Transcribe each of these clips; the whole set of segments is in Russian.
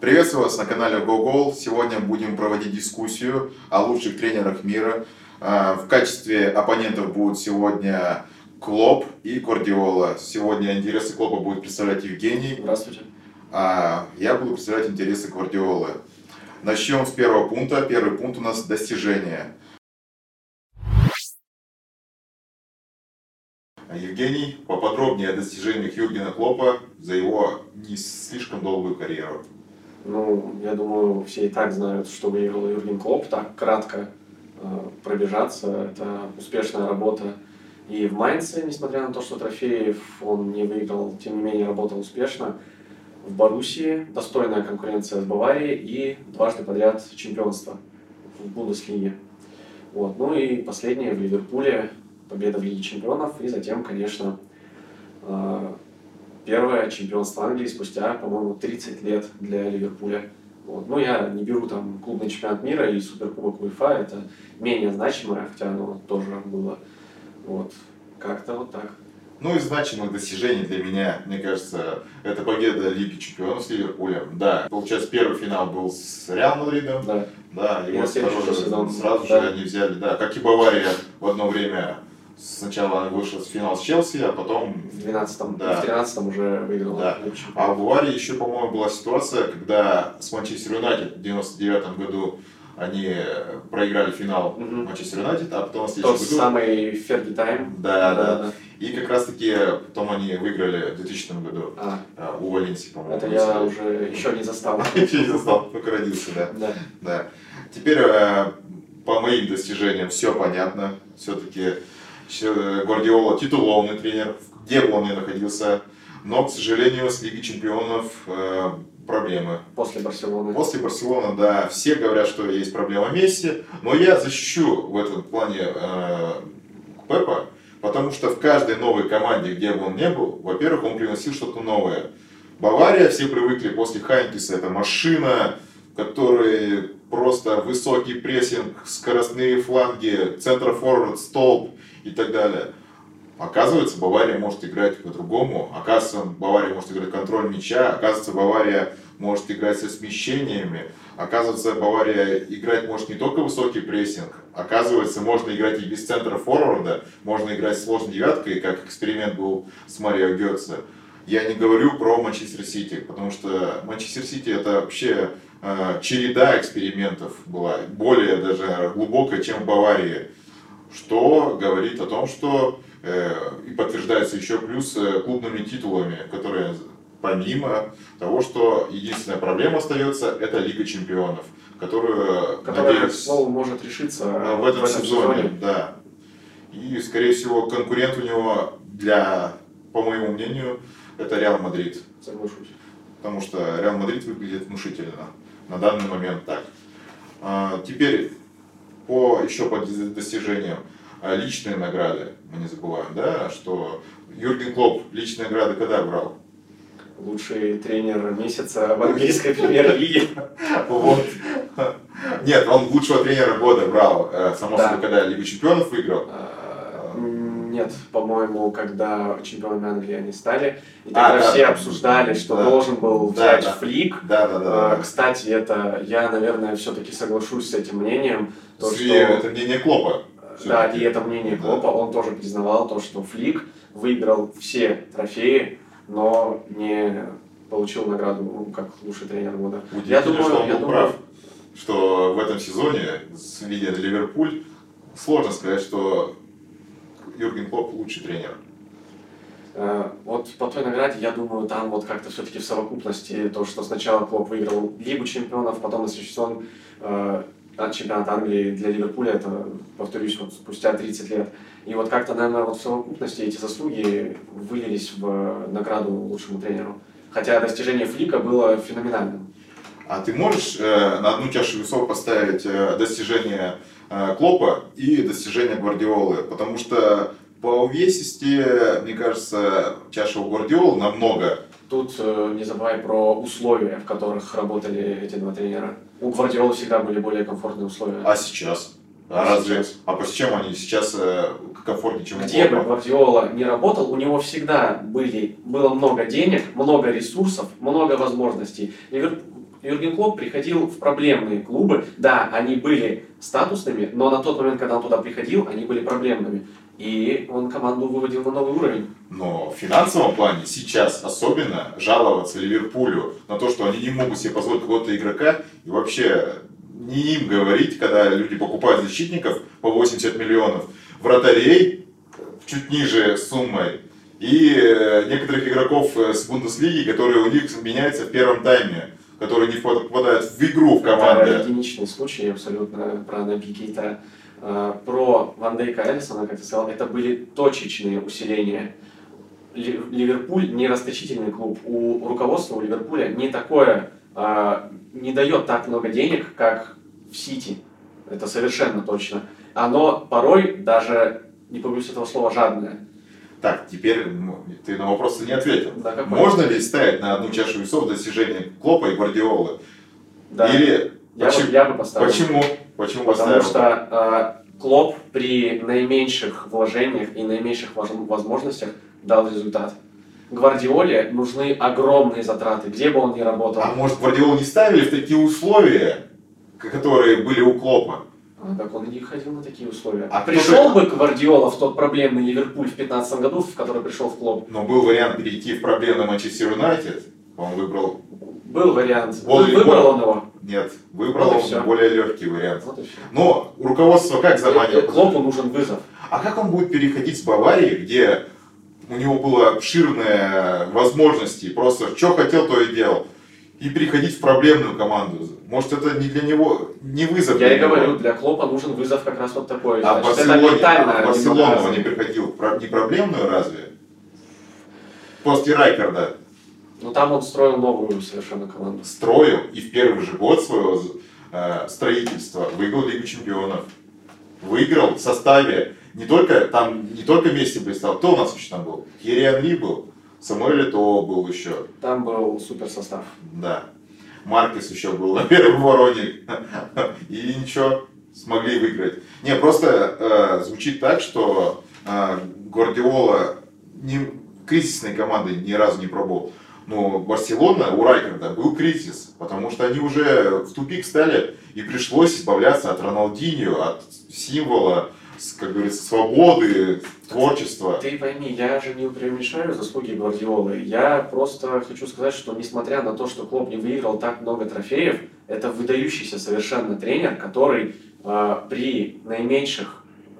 Приветствую вас на канале GoGoal. Сегодня будем проводить дискуссию о лучших тренерах мира. В качестве оппонентов будут сегодня Клоп и Гвардиола. Сегодня интересы Клопа будет представлять Евгений. Здравствуйте. А я буду представлять интересы Гвардиолы. Начнем с первого пункта. Первый пункт у нас достижения. Евгений, поподробнее о достижениях Юргена Клопа за его не слишком долгую карьеру. Я думаю, все и так знают, что выиграл Юрген Клоп. Так кратко пробежаться. Это успешная работа и в Майнце, несмотря на то, что трофеев он не выиграл, тем не менее работал успешно. В Боруссии достойная конкуренция с Баварией и дважды подряд чемпионство в Бундеслиге. И последнее в Ливерпуле, победа в Лиге чемпионов и затем, конечно, первое чемпионство Англии спустя, по-моему, 30 лет для Ливерпуля. Я не беру там клубный чемпионат мира и суперкубок УЕФА, это менее значимое, хотя оно тоже было. Как-то вот так. Из значимых достижений для меня, мне кажется, это победа Лиги чемпионов с Ливерпулем. Да, получается, первый финал был с Реал Мадридом. Да, его второй сезон сразу же они взяли. Да, как и Бавария в одно время. Сначала вышла в финал с Челси, а потом... В 13-м уже выиграла. Да. А в Баварии еще, по-моему, была ситуация, когда с Манчестер Юнайтед в 99 году они проиграли финал Манчестер Юнайтед, а потом в следующем году... Тот самый Ферди Тайм. Да. И как раз таки потом они выиграли в 2000 году у Валенсии, по-моему. Это я уже еще не застал. Еще не застал, только родился, да. Теперь по моим достижениям все понятно. Все-таки Гвардиола титулованный тренер, где бы он ни находился, но, к сожалению, с Лиги чемпионов проблемы. После Барселоны. После Барселоны, да. Все говорят, что есть проблема Месси, но я защищу в этом плане Пепа, потому что в каждой новой команде, где бы он ни был, во-первых, он приносил что-то новое. Бавария, все привыкли после Хайнкеса, это машина, который просто высокий прессинг, скоростные фланги, центр-форвард, столб и так далее. Оказывается, Бавария может играть по-другому. Оказывается, Бавария может играть контроль мяча. Оказывается, Бавария может играть со смещениями. Оказывается, Бавария играть может не только высокий прессинг. Оказывается, можно играть и без центра форварда. Можно играть сложной девяткой, как эксперимент был с Марио Гетце. Я не говорю про Манчестер Сити, потому что Манчестер Сити это вообще череда экспериментов была. Более даже глубокая, чем в Баварии. Что говорит о том, что и подтверждается еще плюс клубными титулами, которые помимо того, что единственная проблема остается, это Лига чемпионов, которая надеюсь, может решиться в этом сезоне. Да. И, скорее всего, конкурент у него по моему мнению, это Реал Мадрид. Соглашусь. Потому что Реал Мадрид выглядит внушительно. На данный момент так. Теперь еще по достижениям. Личные награды, мы не забываем, да, что Юрген Клоп личные награды когда брал? Лучший тренер месяца в английской премьер-лиге. Нет, он лучшего тренера года брал, само собой, когда Лигу чемпионов выиграл. Нет, по-моему, когда чемпионами Англии они стали, и тогда все обсуждали, что должен был взять Флик. Кстати, я, наверное, все-таки соглашусь с этим мнением. Это мнение Клопа. Да, и это мнение Клопа, он тоже признавал то, что Флик выиграл все трофеи, но не получил награду как лучший тренер года. Я думаю, что он был прав, что в этом сезоне, видя Ливерпуль, сложно сказать, что Юрген Клоп лучший тренер. По той награде, я думаю, там как-то все-таки в совокупности то, что сначала Клоп выиграл Лигу чемпионов, потом на следующий сезон чемпионат Англии для Ливерпуля, это, повторюсь, спустя 30 лет. И как-то, наверное, в совокупности эти заслуги вылились в награду лучшему тренеру. Хотя достижение Флика было феноменальным. А ты можешь на одну чашу весов поставить достижения Клопа и достижения Гвардиолы? Потому что по увесисти, мне кажется, чаша у Гвардиолы намного. Тут не забывай про условия, в которых работали эти два тренера. У Гвардиолы всегда были более комфортные условия. А сейчас? А почему они сейчас комфортнее, чем Где бы Гвардиола не работал, у него всегда было много денег, много ресурсов, много возможностей. Юрген Клопп приходил в проблемные клубы. Да, они были статусными, но на тот момент, когда он туда приходил, они были проблемными. И он команду выводил на новый уровень. Но в финансовом плане сейчас особенно жаловаться Ливерпулю на то, что они не могут себе позволить какого-то игрока, и вообще не им говорить, когда люди покупают защитников по 80 миллионов, вратарей чуть ниже суммой, и некоторых игроков с Бундеслиги, которые у них меняются в первом тайме, которые не попадают в игру в команду. Это единичный случай абсолютно про Наби Кейта. Про Ван Дейка и Алисона, как ты сказал, это были точечные усиления. Ливерпуль не расточительный клуб. У руководства у Ливерпуля не такое, не дает так много денег, как в Сити. Это совершенно точно. Оно порой даже, не побоюсь этого слова, жадное. Так, теперь ты на вопросы не ответил. Да, можно ли ставить на одну чашу весов достижения Клоппа и Гвардиолы? Да. Или я бы поставил. Почему Потому поставил? что Клопп при наименьших вложениях и наименьших возможностях дал результат. Гвардиоле нужны огромные затраты, где бы он ни работал. А может, Гвардиолу не ставили в такие условия, которые были у Клоппа? Так он и не ходил на такие условия. А пришел бы Гвардиола в тот проблемный Ливерпуль в 2015 году, в который пришел в Клопп. Но был вариант перейти в проблемный Манчестер Юнайтед. Он выбрал... Был вариант. Выбрал он его? Нет, выбрал он более легкий вариант. Вот и все. Но руководство как заманивало? Клоппу нужен вызов. А как он будет переходить с Баварии, где у него было обширные возможности, просто что хотел, то и делал, и переходить в проблемную команду? Может, это не для него, не вызов? Я и говорю, для Клоппа нужен вызов как раз вот такой. А в Барселону он не переходил не проблемную разве? После Райкарда. Ну там он строил новую совершенно команду. Строил, и в первый же год своего строительства выиграл Лигу Чемпионов. Выиграл в составе, не только Месси блистал. Кто у нас еще там был? Тьерри Анри был, Самуэль Этоо был еще. Там был супер состав. Да. Маркес еще был на первом вороне. И ничего, смогли выиграть. Не, просто звучит так, что Гвардиола кризисной командой ни разу не пробовал. Но Барселона у Райкарда был кризис, потому что они уже в тупик стали, и пришлось избавляться от Роналдиньо, от символа, как говорится, свободы, творчества. Ты пойми, я же не преуменьшаю заслуги Гвардиолы. Я просто хочу сказать, что несмотря на то, что Клопп не выиграл так много трофеев, это выдающийся совершенно тренер, который при наименьших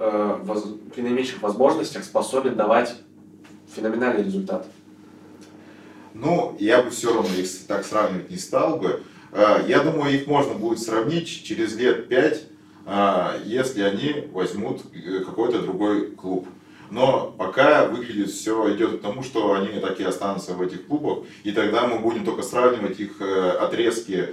возможностях способен давать феноменальный результат. Ну, я бы все равно их так сравнивать не стал бы. Я думаю, их можно будет сравнить через лет 5, если они возьмут какой-то другой клуб. Но пока выглядит все идет к тому, что они так и останутся в этих клубах, и тогда мы будем только сравнивать их отрезки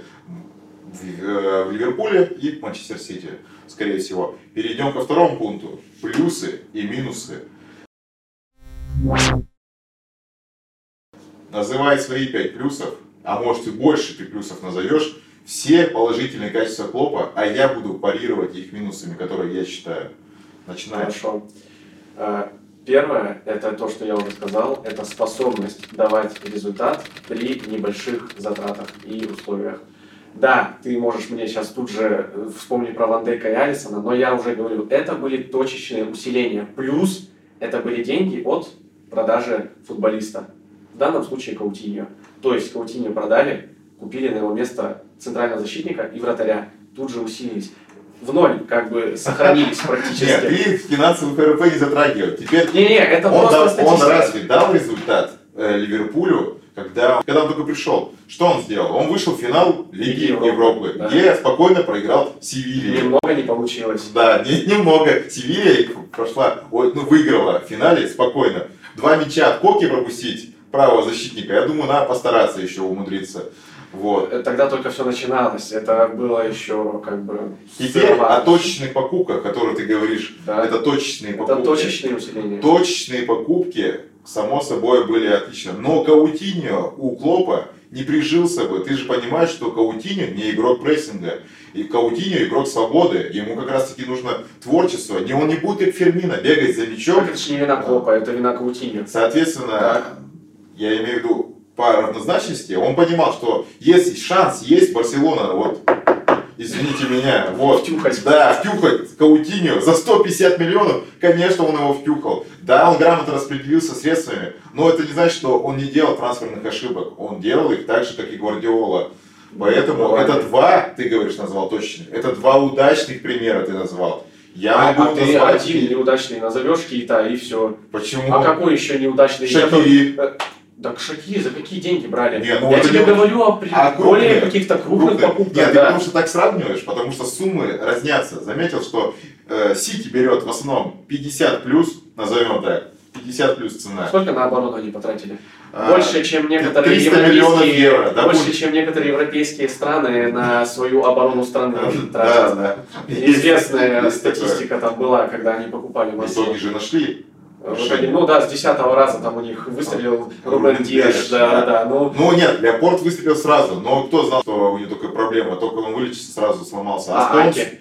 в Ливерпуле и в Манчестер Сити, скорее всего. Перейдем ко второму пункту. Плюсы и минусы. Называй свои 5 плюсов, а может и больше ты плюсов назовешь, все положительные качества Клоппа, а я буду парировать их минусами, которые я считаю. Начинаем. Хорошо. Первое, это то, что я уже сказал, это способность давать результат при небольших затратах и условиях. Да, ты можешь мне сейчас тут же вспомнить про Ван Дейка и Алисона, но я уже говорю, это были точечные усиления. Плюс это были деньги от продажи футболиста. В данном случае Каутиньо. То есть Каутиньо продали, купили на его место центрального защитника и вратаря. Тут же усилились. В ноль как бы сохранились практически. Нет, ты финансовый ФРП не затрагивал. Теперь это просто статистика. Он разве дал результат Ливерпулю, когда он только пришел? Что он сделал? Он вышел в финал Лиги Европы, да, где спокойно проиграл Севилье. Немного не получилось. Да, немного. Севилья выиграла в финале спокойно. 2 мяча от Коки пропустить, правого защитника, я думаю, надо постараться еще умудриться. Вот. Тогда только все начиналось, это было еще как бы... Теперь о точечных покупках, о которых ты говоришь, да. Это точечные покупки. Это точечные усиления. Точечные покупки, само собой, были отлично. Но Каутиньо у Клоппа не прижился бы. Ты же понимаешь, что Каутиньо не игрок прессинга. И Каутиньо игрок свободы. Ему как раз таки нужно творчество. Он не будет как Фермино бегать за мячом. Так это же не вина Клоппа, это вина Каутиньо. Соответственно, я имею в виду, по равнозначности, он понимал, что есть шанс, есть Барселона, вот, извините меня, вот, Втюхать. да, втюхать Каутиньо за 150 миллионов, конечно, он его втюхал. Да, он грамотно распределился средствами, но это не значит, что он не делал трансферных ошибок, он делал их так же, как и Гвардиола. Поэтому это два, ты говоришь, назвал точно, это два удачных примера ты назвал. Я могу ты назвать... один неудачный назовешь Кейта и все. Почему? А какой еще неудачный? Шакири. Так Шакири за какие деньги брали? Не, ну я это тебе не- говорю о более крупные? каких-то крупных покупках. Нет, ты да. потому что так сравниваешь, потому что суммы разнятся. Заметил, что Сити берет в основном 50 плюс, назовем так, 50 плюс цена. Сколько на оборону они потратили? Больше, чем некоторые 300 миллионов европейские, евро. Да, больше, будет. чем некоторые европейские страны на свою оборону страны Да, тратят. да. Известная Есть такое. статистика там была, когда они покупали В массу. итоге же нашли. Ну да, с 10-го раза там у них выстрелил Рубен Рубен Диаш, Диаш, да. да. Ну, Ну нет, Леопорт выстрелил сразу, но кто знал, что у него такая проблема, только он вылечился, сразу сломался. Стоунс- Аки.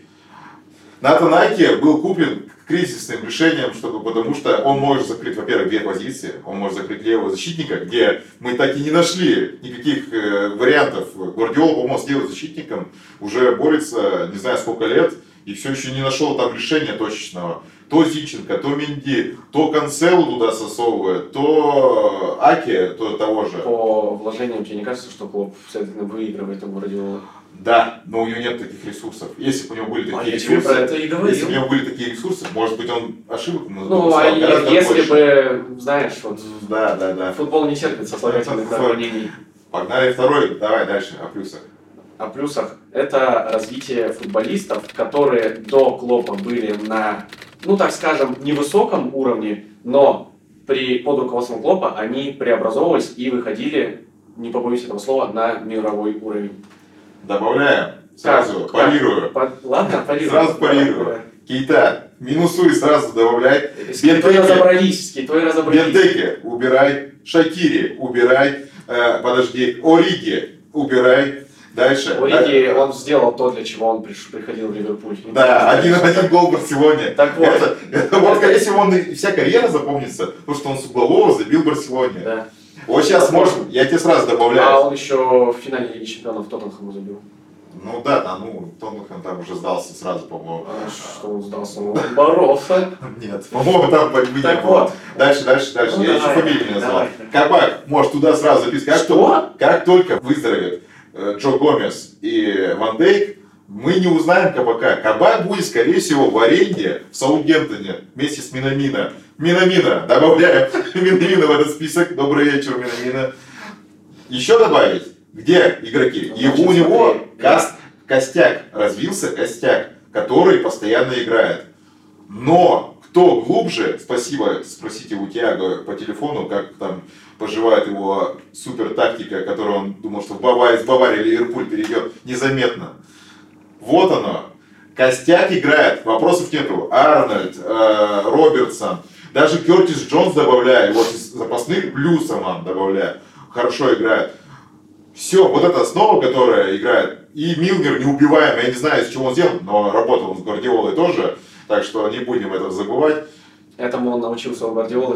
Натан Аки был куплен кризисным решением, потому что он может закрыть, во-первых, две позиции. Он может закрыть левого защитника, где мы так и не нашли никаких вариантов. Гвардиола, по-моему, с левым защитником уже борется не знаю сколько лет и все еще не нашел там решения точечного. То Зинченко, то Менди, то Канцелу туда сосовывает, то Аки, то того же. По вложениям тебе не кажется, что Клоп следовательно выигрывает у Гвардиолы? Да, но у него нет таких ресурсов. Если бы у него были такие Я тебе ресурсы, про это и говорил. если бы у него были такие ресурсы, может быть, он ошибок Ну, допускал гораздо если больше. бы, знаешь, вот Да. футбол не терпит сослагательных наклонений. Погнали второй, давай дальше, о плюсах. О плюсах это развитие футболистов, которые до Клопа были на, ну так скажем, невысоком уровне, но под руководством Клопа они преобразовывались и выходили, не побоюсь этого слова, на мировой уровень. Добавляем, сразу парирую. Ладно, парирую. Сразу парирую. Кейта, минусуй, сразу добавляй. С Кейтой разобрались, Бентеке убирай, Шакири убирай, Ориги убирай. Дальше. Ориги, он сделал то, для чего он приходил в Ливерпуль. Да, один гол в Барселоне. Так вот. Вот, скорее всего, он и вся карьера запомнится, потому что он с углового забил в Барселоне. Да. Вот сейчас можем, я тебе сразу добавляю. А он еще в финале Лиги Чемпионов Тоттенхэму забил. Ну да, Тоттенхэм там уже сдался сразу, по-моему. Что он сдался? Он боролся. Нет, по-моему, там борьбы Так не было. вот. Дальше. Ну, Я еще давай, фамилию не назвал. давай. Кабак, может туда сразу записать. Что? Как только выздоровеет Джо Гомес и Ван Дейк, мы не узнаем Кабака. Кабак будет, скорее всего, в аренде в Саутгемптоне вместе с Минамино. Минамино, добавляем Минамино в этот список. Добрый вечер, Минамино. Еще добавить? Где игроки? Ну, У него смотри. костяк, развился костяк, который постоянно играет. Но кто глубже, спасибо, спросите у Тиаго по телефону, как там поживает его супер тактика, которую он думал, что с Баварии Ливерпуль перейдет незаметно. Вот оно. Костяк играет, вопросов нету. Арнольд, Робертсон, даже Кертис Джонс добавляю, вот из запасных плюсом он добавляю. Хорошо играет. Все, вот эта основа, которая играет. И Милнер неубиваемый, я не знаю, из чего он сделан, но работал он с Гвардиолой тоже, так что не будем это забывать. Этому он научился у Гвардиолы.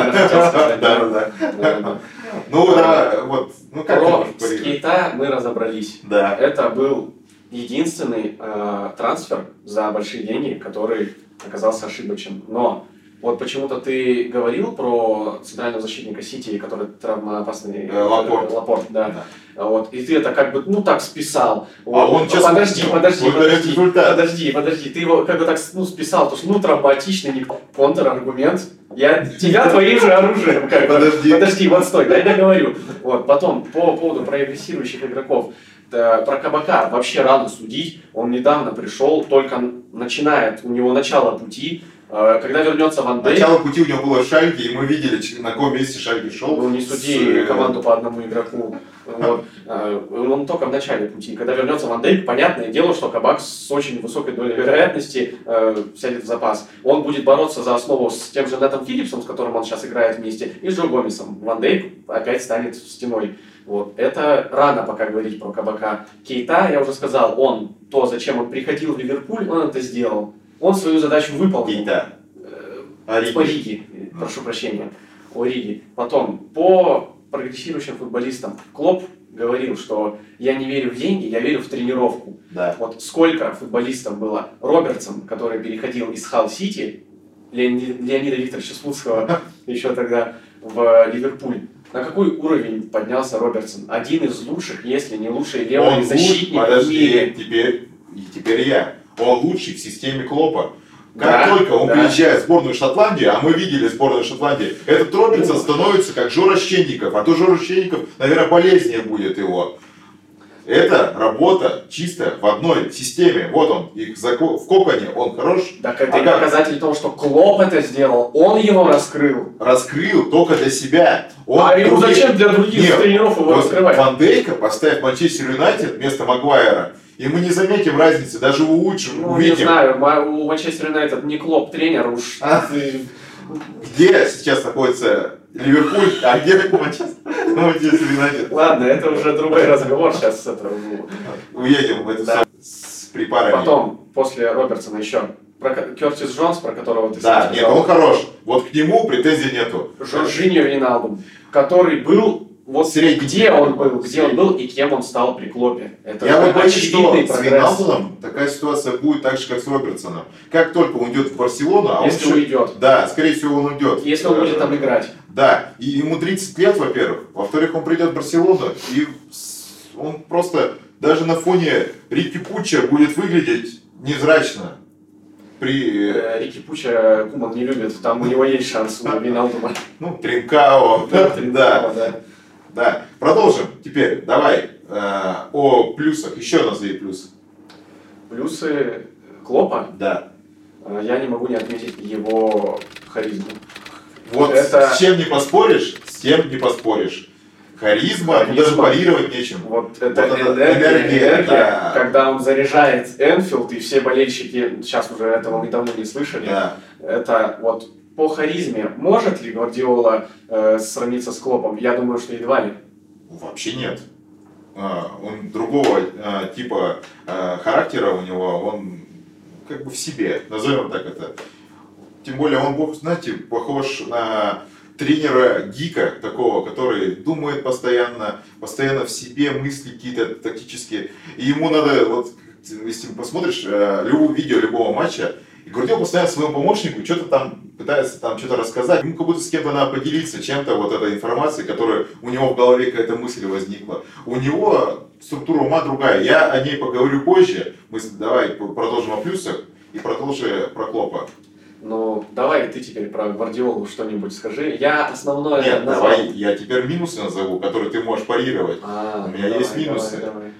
Да. Ну да, вот, ну как Про ты можешь Кейта мы разобрались. Да. Это был единственный трансфер за большие деньги, который оказался ошибочным. Но вот почему-то ты говорил про центрального защитника Сити, который травмоопасный. Лапорт. Да. Вот. И ты это как бы, ну так списал. Он сейчас... Подожди. Ты его как бы так списал, потому что травматичный, не контраргумент. Я тебя твоим же оружием как бы. Подожди, вот стой, дай договорю. Вот. Потом, по поводу прогрессирующих игроков. Про Кабака вообще рано судить. Он недавно пришел, только начинает, у него начало пути. Когда вернется Ван Дейк... Начало пути у него было в Шальке, и мы видели, на каком месте Шальке шел. Ну, не суди команду по одному игроку. Вот. Он только в начале пути. Когда вернется Ван Дейк, понятное дело, что Кабак с очень высокой долей вероятности сядет в запас. Он будет бороться за основу с тем же Нэтом Филлипсом, с которым он сейчас играет вместе, и с Джо Гомесом. Ван Дейк опять станет стеной. Вот. Это рано пока говорить про Кабака. Кейта, я уже сказал, он то, зачем он приходил в Ливерпуль, он это сделал. Он свою задачу выполнил. Кейта. Ориги. Прошу прощения. Ориги. Потом, по прогрессирующим футболистам. Клоп говорил, что я не верю в деньги, я верю в тренировку. Да. Вот сколько футболистов было. Робертсон, который переходил из Халл-Сити, Леонида Викторовича Слуцкого, еще тогда в Ливерпуль. На какой уровень поднялся Робертсон? Один из лучших, если не лучший левый защитник в мире. Теперь я. Он лучший в системе Клопа. Как только он приезжает в сборную Шотландии, а мы видели сборную Шотландии, этот Робертсон становится как Жора Щенников, а то Жора Щенников, наверное, полезнее будет его. Это работа чисто в одной системе. Вот он, в коконе он хорош. Так это показатель того, что Клоп это сделал, он его раскрыл. Раскрыл только для себя. Ему зачем для других тренеров его раскрывать? Ван Дейка поставь Манчестер Юнайтед вместо Магуайра, и мы не заметим разницы, даже улучшим, увидим. Не знаю, у Манчестер Юнайтед не Клоп тренер уж. Где сейчас находится Ливерпуль, а где Манчестер Юнайтед? Ладно, это уже другой разговор, сейчас с этого уедем в это все с припарами. Потом, после Робертсона еще, Кертис Джонс, про которого ты сказал. Да, нет, он хорош, вот к нему претензий нету. Жоржиньо Вейналдум, который был, вот где он был и кем он стал при Клопе. Это я вот боюсь, что с Вейналдумом такая ситуация будет так же, как с Робертсоном. Как только он идет в Барселону, если он уйдет. Да, скорее всего он уйдет. Если он будет там играть. Да, и ему 30 лет, во-первых. Во-вторых, он придет в Барселону, и он просто даже на фоне Рики Пучча будет выглядеть невзрачно. Рики Пучча Куман не любит, там у него есть шанс на Вейналдума. Тринкао. Да. Продолжим теперь. Давай о плюсах. Еще назови плюсы. Плюсы Клопа? Да. Я не могу не отметить его харизму. Вот с чем не поспоришь, с тем не поспоришь. Харизма, даже парировать нечем. Вот это энергия, да. Когда он заряжает Энфилд, и все болельщики, сейчас уже этого мы давно не слышали, да. Это вот по харизме. Может ли Гвардиола сравниться с Клопом? Я думаю, что едва ли. Вообще нет. Он другого типа характера у него, он как бы в себе, назовем так это. Тем более он, знаете, похож на тренера гика такого, который думает постоянно в себе, мысли какие-то тактические. И ему надо, вот, если посмотришь видео любого матча, и Гвардиола постоянно своему помощнику что-то там пытается что-то рассказать. Ему как будто с кем-то надо поделиться чем-то, вот этой информацией, которая у него в голове какая-то мысль возникла. У него структура ума другая. Я о ней поговорю позже. Давай продолжим о плюсах и продолжим про Клопа. Ну, давай ты теперь про Гвардиолу что-нибудь скажи. Я основное Нет, давай я теперь минусы назову, которые ты можешь парировать. У меня есть минусы. Давай.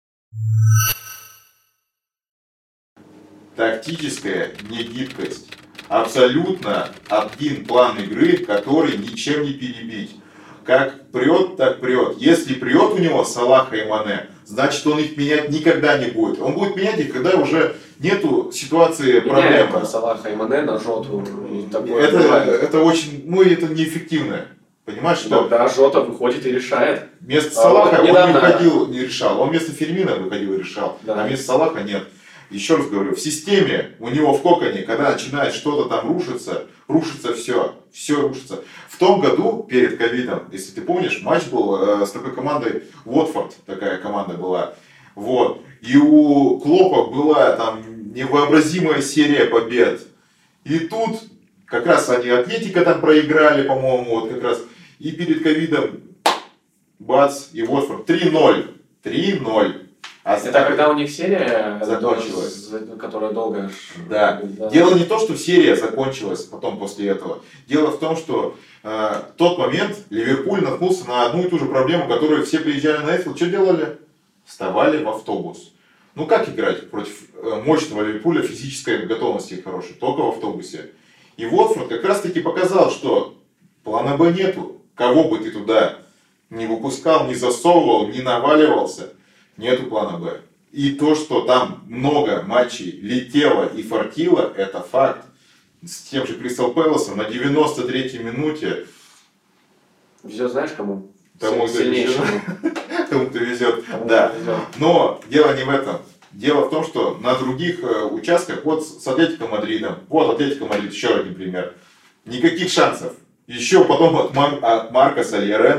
Тактическая негибкость. Абсолютно один план игры, который ничем не перебить. Как прет, так прет. Если прет у него Салаха и Мане, значит он их менять никогда не будет. Он будет менять их, когда уже нету ситуации проблемы. Салаха и Мане на Жоту. Это очень, это неэффективно. Понимаешь, что... Да, Жота выходит и решает. Вместо Салаха он не выходил, не решал. Он вместо Фермина выходил и решал. Да. А вместо Салаха нет. Еще раз говорю, в системе у него в коконе, когда начинает что-то там рушится все рушится. В том году, перед ковидом, если ты помнишь, матч был с такой командой, Уотфорд, такая команда была. Вот. И у Клопа была там невообразимая серия побед. И тут как раз они Атлетико там проиграли, по-моему, вот как раз. И перед ковидом, бац, и Уотфорд 3-0. 3-0. Это когда у них серия закончилась, которая долго... Да. Дело не то, что серия закончилась потом после этого. Дело в том, что в тот момент Ливерпуль наткнулся на одну и ту же проблему, которую все приезжали на Энфилд. Что делали? Вставали в автобус. Ну как играть против мощного Ливерпуля, физической готовности хорошей? Только в автобусе. И Уотфорд как раз таки показал, что плана Б нету. Кого бы ты туда не выпускал, не засовывал, не наваливался. Нету плана Б. И то, что там много матчей летело и фартило, это факт. С тем же Кристал Пэласом на 93-й минуте. Везет знаешь кому? Тому, кто везет. Тому, кто везет. Да. Но дело не в этом. Дело в том, что на других участках, вот с Атлетико Мадридом, вот Атлетико Мадрид, еще один пример. Никаких шансов. Еще потом от Маркоса Льорента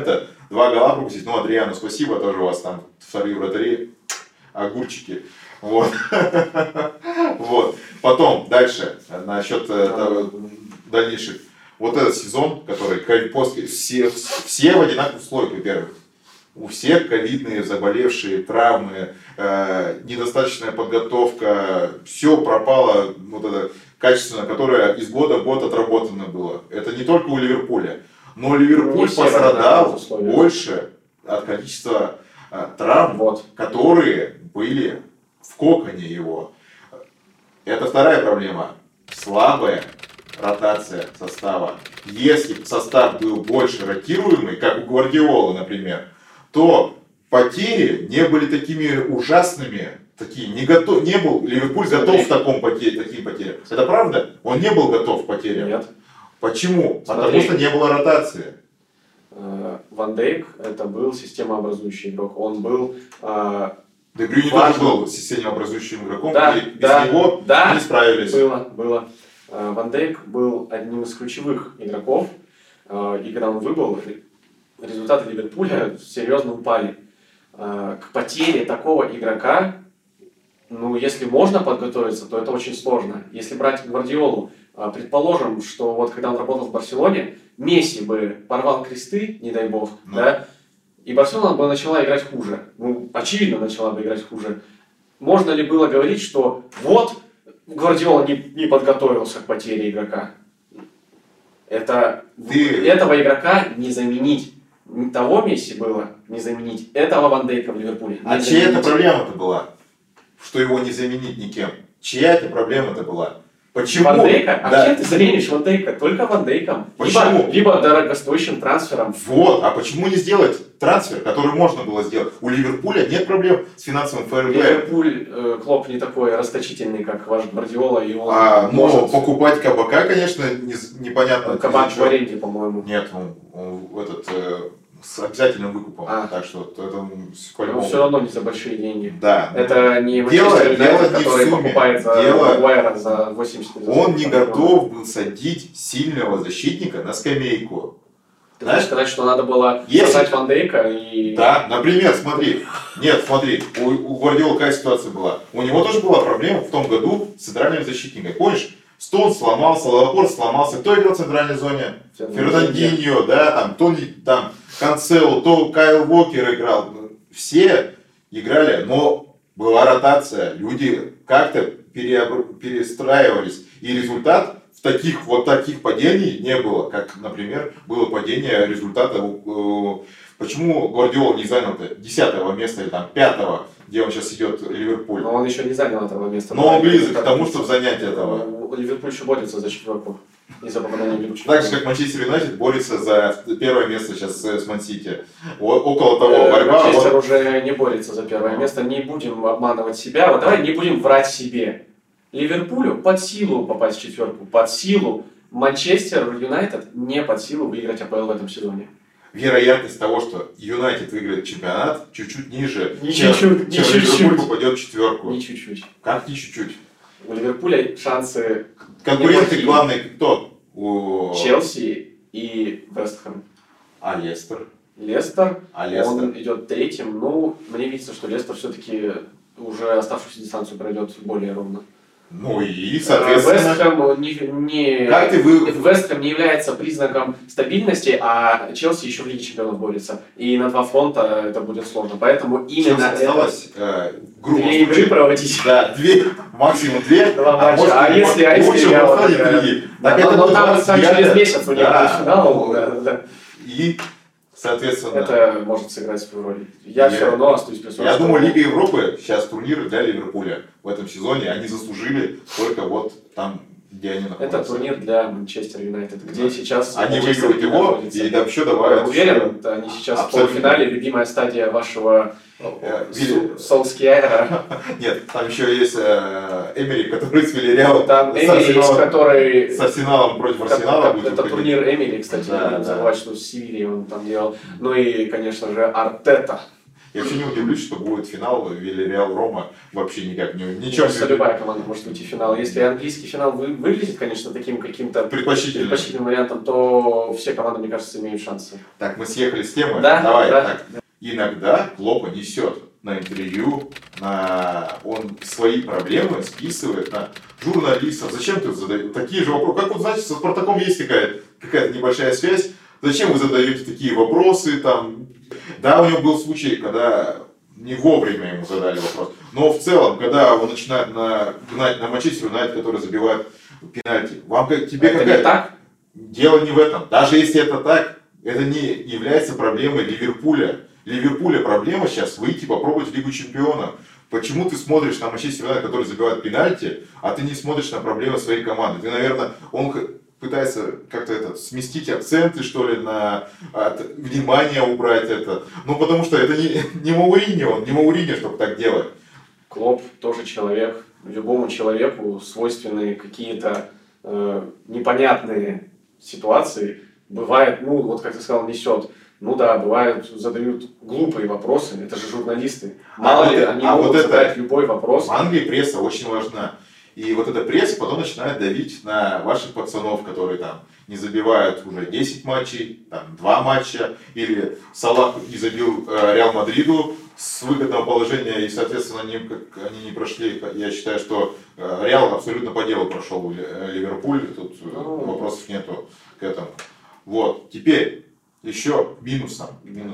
2 гола пропустить. Ну, Адриану спасибо, тоже у вас там вторые вратари, огурчики. Вот. Вот. Потом, дальше, насчет дальнейших. Вот этот сезон, который после все в одинаковых условиях, во-первых. У всех ковидные, заболевшие, травмы, недостаточная подготовка, все пропало, вот это качественно, которое из года в год отработано было. Это не только у Ливерпуля, но Ливерпуль пострадал больше от количества травм, которые были в коконе его. Это вторая проблема. Слабая ротация состава. Если состав был больше ротируемый, как у Гвардиолы, например, то потери не были такими ужасными, не был Ливерпуль готов к таким потерям. Это правда? Он не был готов к потерям? Нет. Почему? Потому что не было ротации. Ван Дейк это был системообразующий игрок. Он был Де Брюйне тоже был системообразующим игроком, и без него не справились. Было. Ван Дейк был одним из ключевых игроков, и когда он выбыл, результаты Ливерпуля серьезно упали. К потере такого игрока, ну, если можно подготовиться, то это очень сложно. Если брать Гвардиолу, предположим, что вот когда он работал в Барселоне, Месси бы порвал кресты, не дай бог, да, и Барселона бы начала играть хуже. Ну, очевидно, начала бы играть хуже. Можно ли было говорить, что вот Гвардиола не подготовился к потере игрока? Этого игрока не заменить. Того Месси было не заменить, этого Ван Дейка в Ливерпуле. А чья это проблема-то была? Что его не заменить никем? Чья это проблема-то была? Почему? Ван Дейка? А кем ты заменишь Ван Дейка? Только Ван Дейком. Почему? Либо дорогостоящим трансфером. Вот, а почему не сделать трансфер, который можно было сделать? У Ливерпуля нет проблем с финансовым фэрплеем. Ливерпуль, Клоп не такой расточительный, как ваш Гвардиола, и он может... покупать Кабака, конечно, непонятно. Кабак в аренде, по-моему. Нет, он с обязательным выкупом. Так что это но все равно не за большие деньги. Да. Это не Манчестер Юнайтед, который покупает за Магуайра за 80 миллионов. Он не готов был садить сильного защитника на скамейку. Ты хочешь сказать, что надо было создать Ван Дейка и... Да, например, смотри. Нет, смотри, у Гвардиолы какая ситуация была? У него тоже была проблема в том году с центральным защитником. Помнишь? Стоун сломался, Лапорт сломался. Кто играл в центральной зоне? Фернандиньо, да, там, Тони, там, Канцело, то Кайл Уокер играл. Все играли, но была ротация. Люди как-то перестраивались. И результат в таких падений не было. Как, например, было падение результата. Почему Гвардиола не занял 10-го места или там 5-го, где он сейчас идет Ливерпуль? Но он еще не занял этого места. Но он близок к тому, чтобы занять этого. Ливерпуль еще борется за четверку. Из-за попадания в Лигу Так же, как Манчестер Юнайтед борется за первое место сейчас с Ман-Сити. Около того борьба. Манчестер уже не борется за первое место. Не будем обманывать себя. Вот давай не будем врать себе. Ливерпулю под силу попасть в четверку. Под силу. Манчестер Юнайтед не под силу выиграть АПЛ в этом сезоне. Вероятность того, что Юнайтед выиграет чемпионат, чуть-чуть ниже, чем Ливерпуль попадет в четверку. Не чуть-чуть. Как не чуть-чуть? У Ливерпуля шансы... Конкуренты главные кто? Челси и Вест Хэм. А Лестер? Лестер. Он идет третьим. Ну, мне видится, что Лестер все-таки уже оставшуюся дистанцию пройдет более ровно. Ну и, соответственно... Вест Хэм не является признаком стабильности, а Челси еще в Лиге Чемпионов борется. И на 2 фронта это будет сложно. Поэтому именно осталось две игры проводить. Да, максимум 2. А если лучше но там через месяц у них будет финал. И, соответственно... Это может сыграть свою роль. Я все равно остаюсь при своем. Я думаю, Лига Европы сейчас турнир для Ливерпуля в этом сезоне. Они заслужили только вот там, где они находятся. Это турнир для Манчестер Юнайтед, где сейчас... Они выиграют его и еще добавят... Уверен, они сейчас в полуфинале, любимая стадия вашего Солскьяра. Нет, там еще есть Эмери, который с Вильяреалом. Там Эмери, который... С Арсеналом против Арсенала. Это турнир Эмери, кстати, не забывать, что с Севильей он там делал. Ну и, конечно же, Артета. Я вообще не удивлюсь, что будет финал Вильярреал-Рома. Вообще никак ничего. Кажется, любая команда может уйти в финал. Если английский финал выглядит, конечно, таким каким-то предпочтительным вариантом, то все команды, мне кажется, имеют шансы. Так, мы съехали с темы. Да, давай. да. Так. Иногда Клопа несет на интервью, он свои проблемы списывает на журналистов. Зачем ты задаешь такие же вопросы? Как вот, знаете, со Спартаком есть какая-то небольшая связь. Зачем вы задаете такие вопросы? Там? Да, у него был случай, когда не вовремя ему задали вопрос. Но в целом, когда он начинает гнать на Манчестер Юнайтед, который забивает пенальти, тебе это какая-то... не так? Дело не в этом. Даже если это так, это не является проблемой Ливерпуля. Ливерпуля проблема сейчас выйти попробовать в Лигу Чемпионов. Почему ты смотришь на Манчестер Юнайтед, который забивает пенальти, а ты не смотришь на проблемы своей команды? Ты, наверное, он пытается как-то сместить акценты, что ли, от внимания убрать это. Ну, потому что это не Мауриньо, чтобы так делать. Клоп тоже человек. Любому человеку свойственны какие-то непонятные ситуации. Бывает, вот как ты сказал, несет. Ну да, бывает, задают глупые вопросы, это же журналисты. Мало ли, они могут задать любой вопрос. В Англии пресса очень важна. И вот эта пресса потом начинает давить на ваших пацанов, которые там не забивают уже 10 матчей, там 2 матча, или Салах не забил Реал Мадриду с выгодного положения, и, соответственно, они не прошли. Я считаю, что Реал абсолютно по делу прошел Ливерпуль, тут вопросов нету к этому. Вот, теперь еще минусом.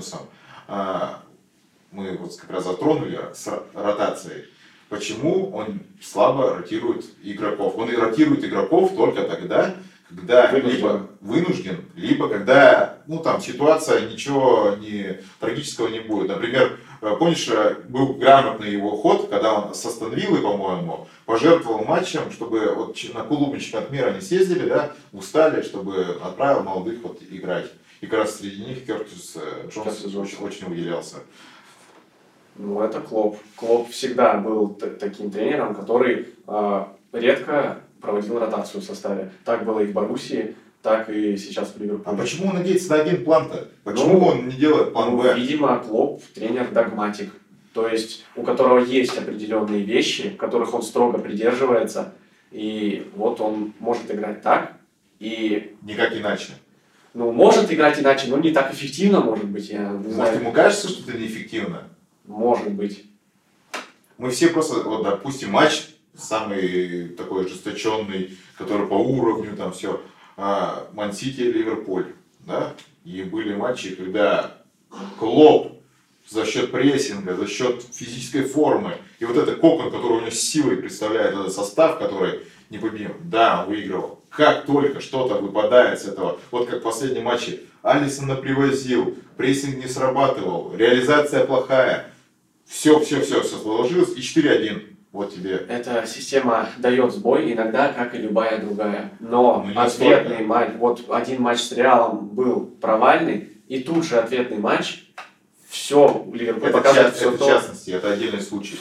Мы вот как раз затронули с ротацией. Почему он слабо ротирует игроков? Он и ротирует игроков только тогда, когда либо вынужден, либо когда ситуация, ничего трагического не будет. Например, помнишь, был грамотный его ход, когда он с Астон Виллой, по-моему, пожертвовал матчем, чтобы на клубный чемпионат мира они съездили, да, устали, чтобы отправил молодых играть. И как раз среди них Кертис Джонс очень выделялся. Это Клоп. Клоп всегда был таким тренером, который редко проводил ротацию в составе. Так было и в Боруссии, так и сейчас в Ливерпуле. А почему он надеется на один план-то? Почему он не делает план Б? Видимо, Клоп тренер-догматик. То есть, у которого есть определенные вещи, которых он строго придерживается. И вот он может играть так. И... Никак иначе. Может играть иначе, но не так эффективно, может быть. Я не знаю. Может, ему кажется, что это неэффективно? Может быть. Мы все просто, допустим, матч самый такой ожесточенный, который по уровню, там все, Ман-Сити, Ливерпуль, да? И были матчи, когда Клоп за счет прессинга, за счет физической формы, и вот этот кокон, который у него с силой представляет этот состав, который непобедим, да, он выигрывал. Как только что-то выпадает с этого, вот как в последнем матче, Алисона привозил, прессинг не срабатывал, реализация плохая, все сложилось, и 4-1. Вот тебе. Эта система дает сбой иногда, как и любая другая. Но ответный матч, вот один матч с Реалом был провальный, и тут же ответный матч, все, Ливерпуль показывает все то. В частности, это отдельный случай.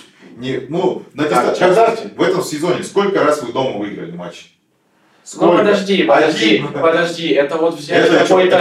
В этом сезоне сколько раз вы дома выиграли матч? Ну подожди, это вот взять какой-то...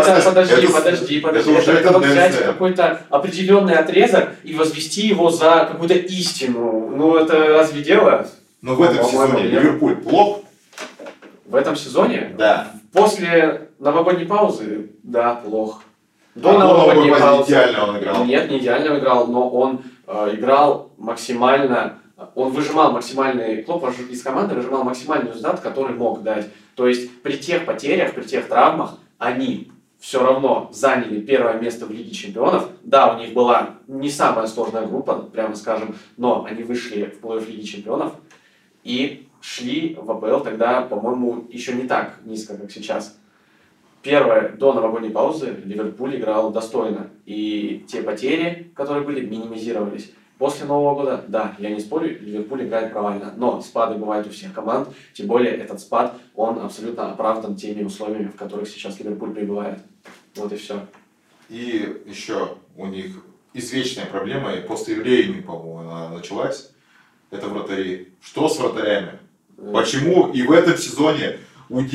Это вот взять какой-то определенный отрезок и возвести его за какую-то истину. Это разве дело? Но в этом сезоне Ливерпуль плох? В этом сезоне? Да. После новогодней паузы, да, плох. До новогодней паузы идеально он играл? Нет, не идеально играл, но он играл максимально... Он выжимал максимальный, Клоп из команды выжимал максимальный результат, который мог дать. То есть при тех потерях, при тех травмах, они все равно заняли первое место в Лиге Чемпионов. Да, у них была не самая сложная группа, прямо скажем, но они вышли в плей-офф Лиги Чемпионов и шли в АПЛ тогда, по-моему, еще не так низко, как сейчас. Первое, до новогодней паузы Ливерпуль играл достойно. И те потери, которые были, минимизировались. После Нового года, да, я не спорю, Ливерпуль играет провально, но спады бывают у всех команд, тем более этот спад, он абсолютно оправдан теми условиями, в которых сейчас Ливерпуль пребывает. Вот и все. И еще у них извечная проблема, и после евреями, по-моему, она началась, это вратари. Что с вратарями? Почему и в этом сезоне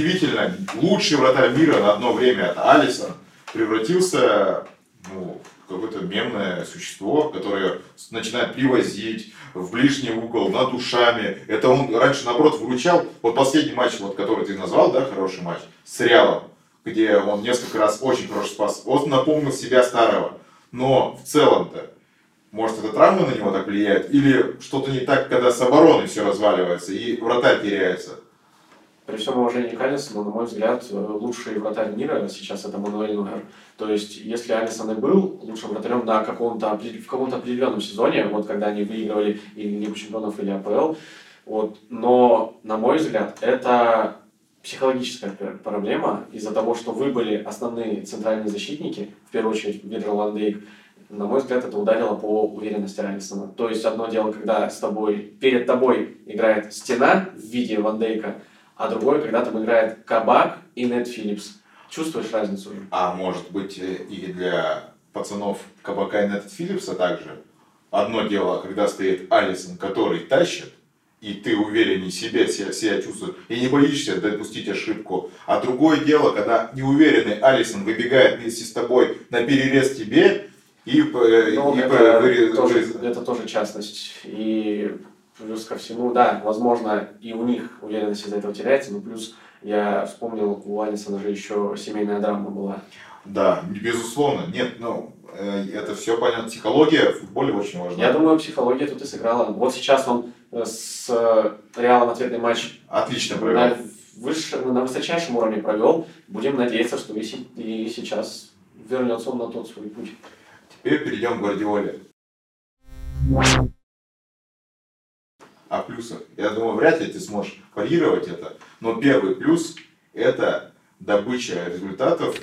удивительно лучший вратарь мира на одно время, это Алисон, превратился в какое-то мемное существо, которое начинает привозить в ближний угол, над ушами. Это он раньше, наоборот, выручал. Вот последний матч, вот, который ты назвал, да, хороший матч, с Реалом, где он несколько раз очень хороший спас. Он напомнил себя старого. Но в целом-то, может, это травма на него так влияет? Или что-то не так, когда с обороной все разваливается и вратарь теряется? При всем уважении к Алисону, на мой взгляд, лучший вратарь мира сейчас это Мануэль Нойер. То есть, если Алисон и был лучшим вратарем в каком-то определенном сезоне, вот когда они выигрывали или Лигу Чемпионов, или АПЛ, вот, но, на мой взгляд, это психологическая проблема из-за того, что вы были основные центральные защитники, в первую очередь Вирджил ван Дейк. На мой взгляд, это ударило по уверенности Алисона. То есть, одно дело, когда перед тобой играет стена в виде Ван Дейка, а другое, когда там играет Кабак и Нет Филлипс. Чувствуешь разницу? А может быть и для пацанов Кабака и Нет Филлипса также? Одно дело, когда стоит Алисон, который тащит, и ты увереннее себя чувствуешь, и не боишься допустить ошибку. А другое дело, когда неуверенный Алисон выбегает вместе с тобой на перерез тебе, это тоже частность. И плюс ко всему, да, возможно, и у них уверенность из-за этого теряется, но плюс я вспомнил, у Алисона же еще семейная драма была. Да, безусловно. Нет, это все понятно. Психология в футболе очень важна. Я думаю, психология тут и сыграла. Вот сейчас он с Реалом ответный матч отлично провел. На высочайшем уровне провел. Будем надеяться, что и сейчас вернется он на тот свой путь. Теперь перейдем к Гвардиоле. О плюсах. Я думаю, вряд ли ты сможешь парировать это. Но первый плюс – это добыча результатов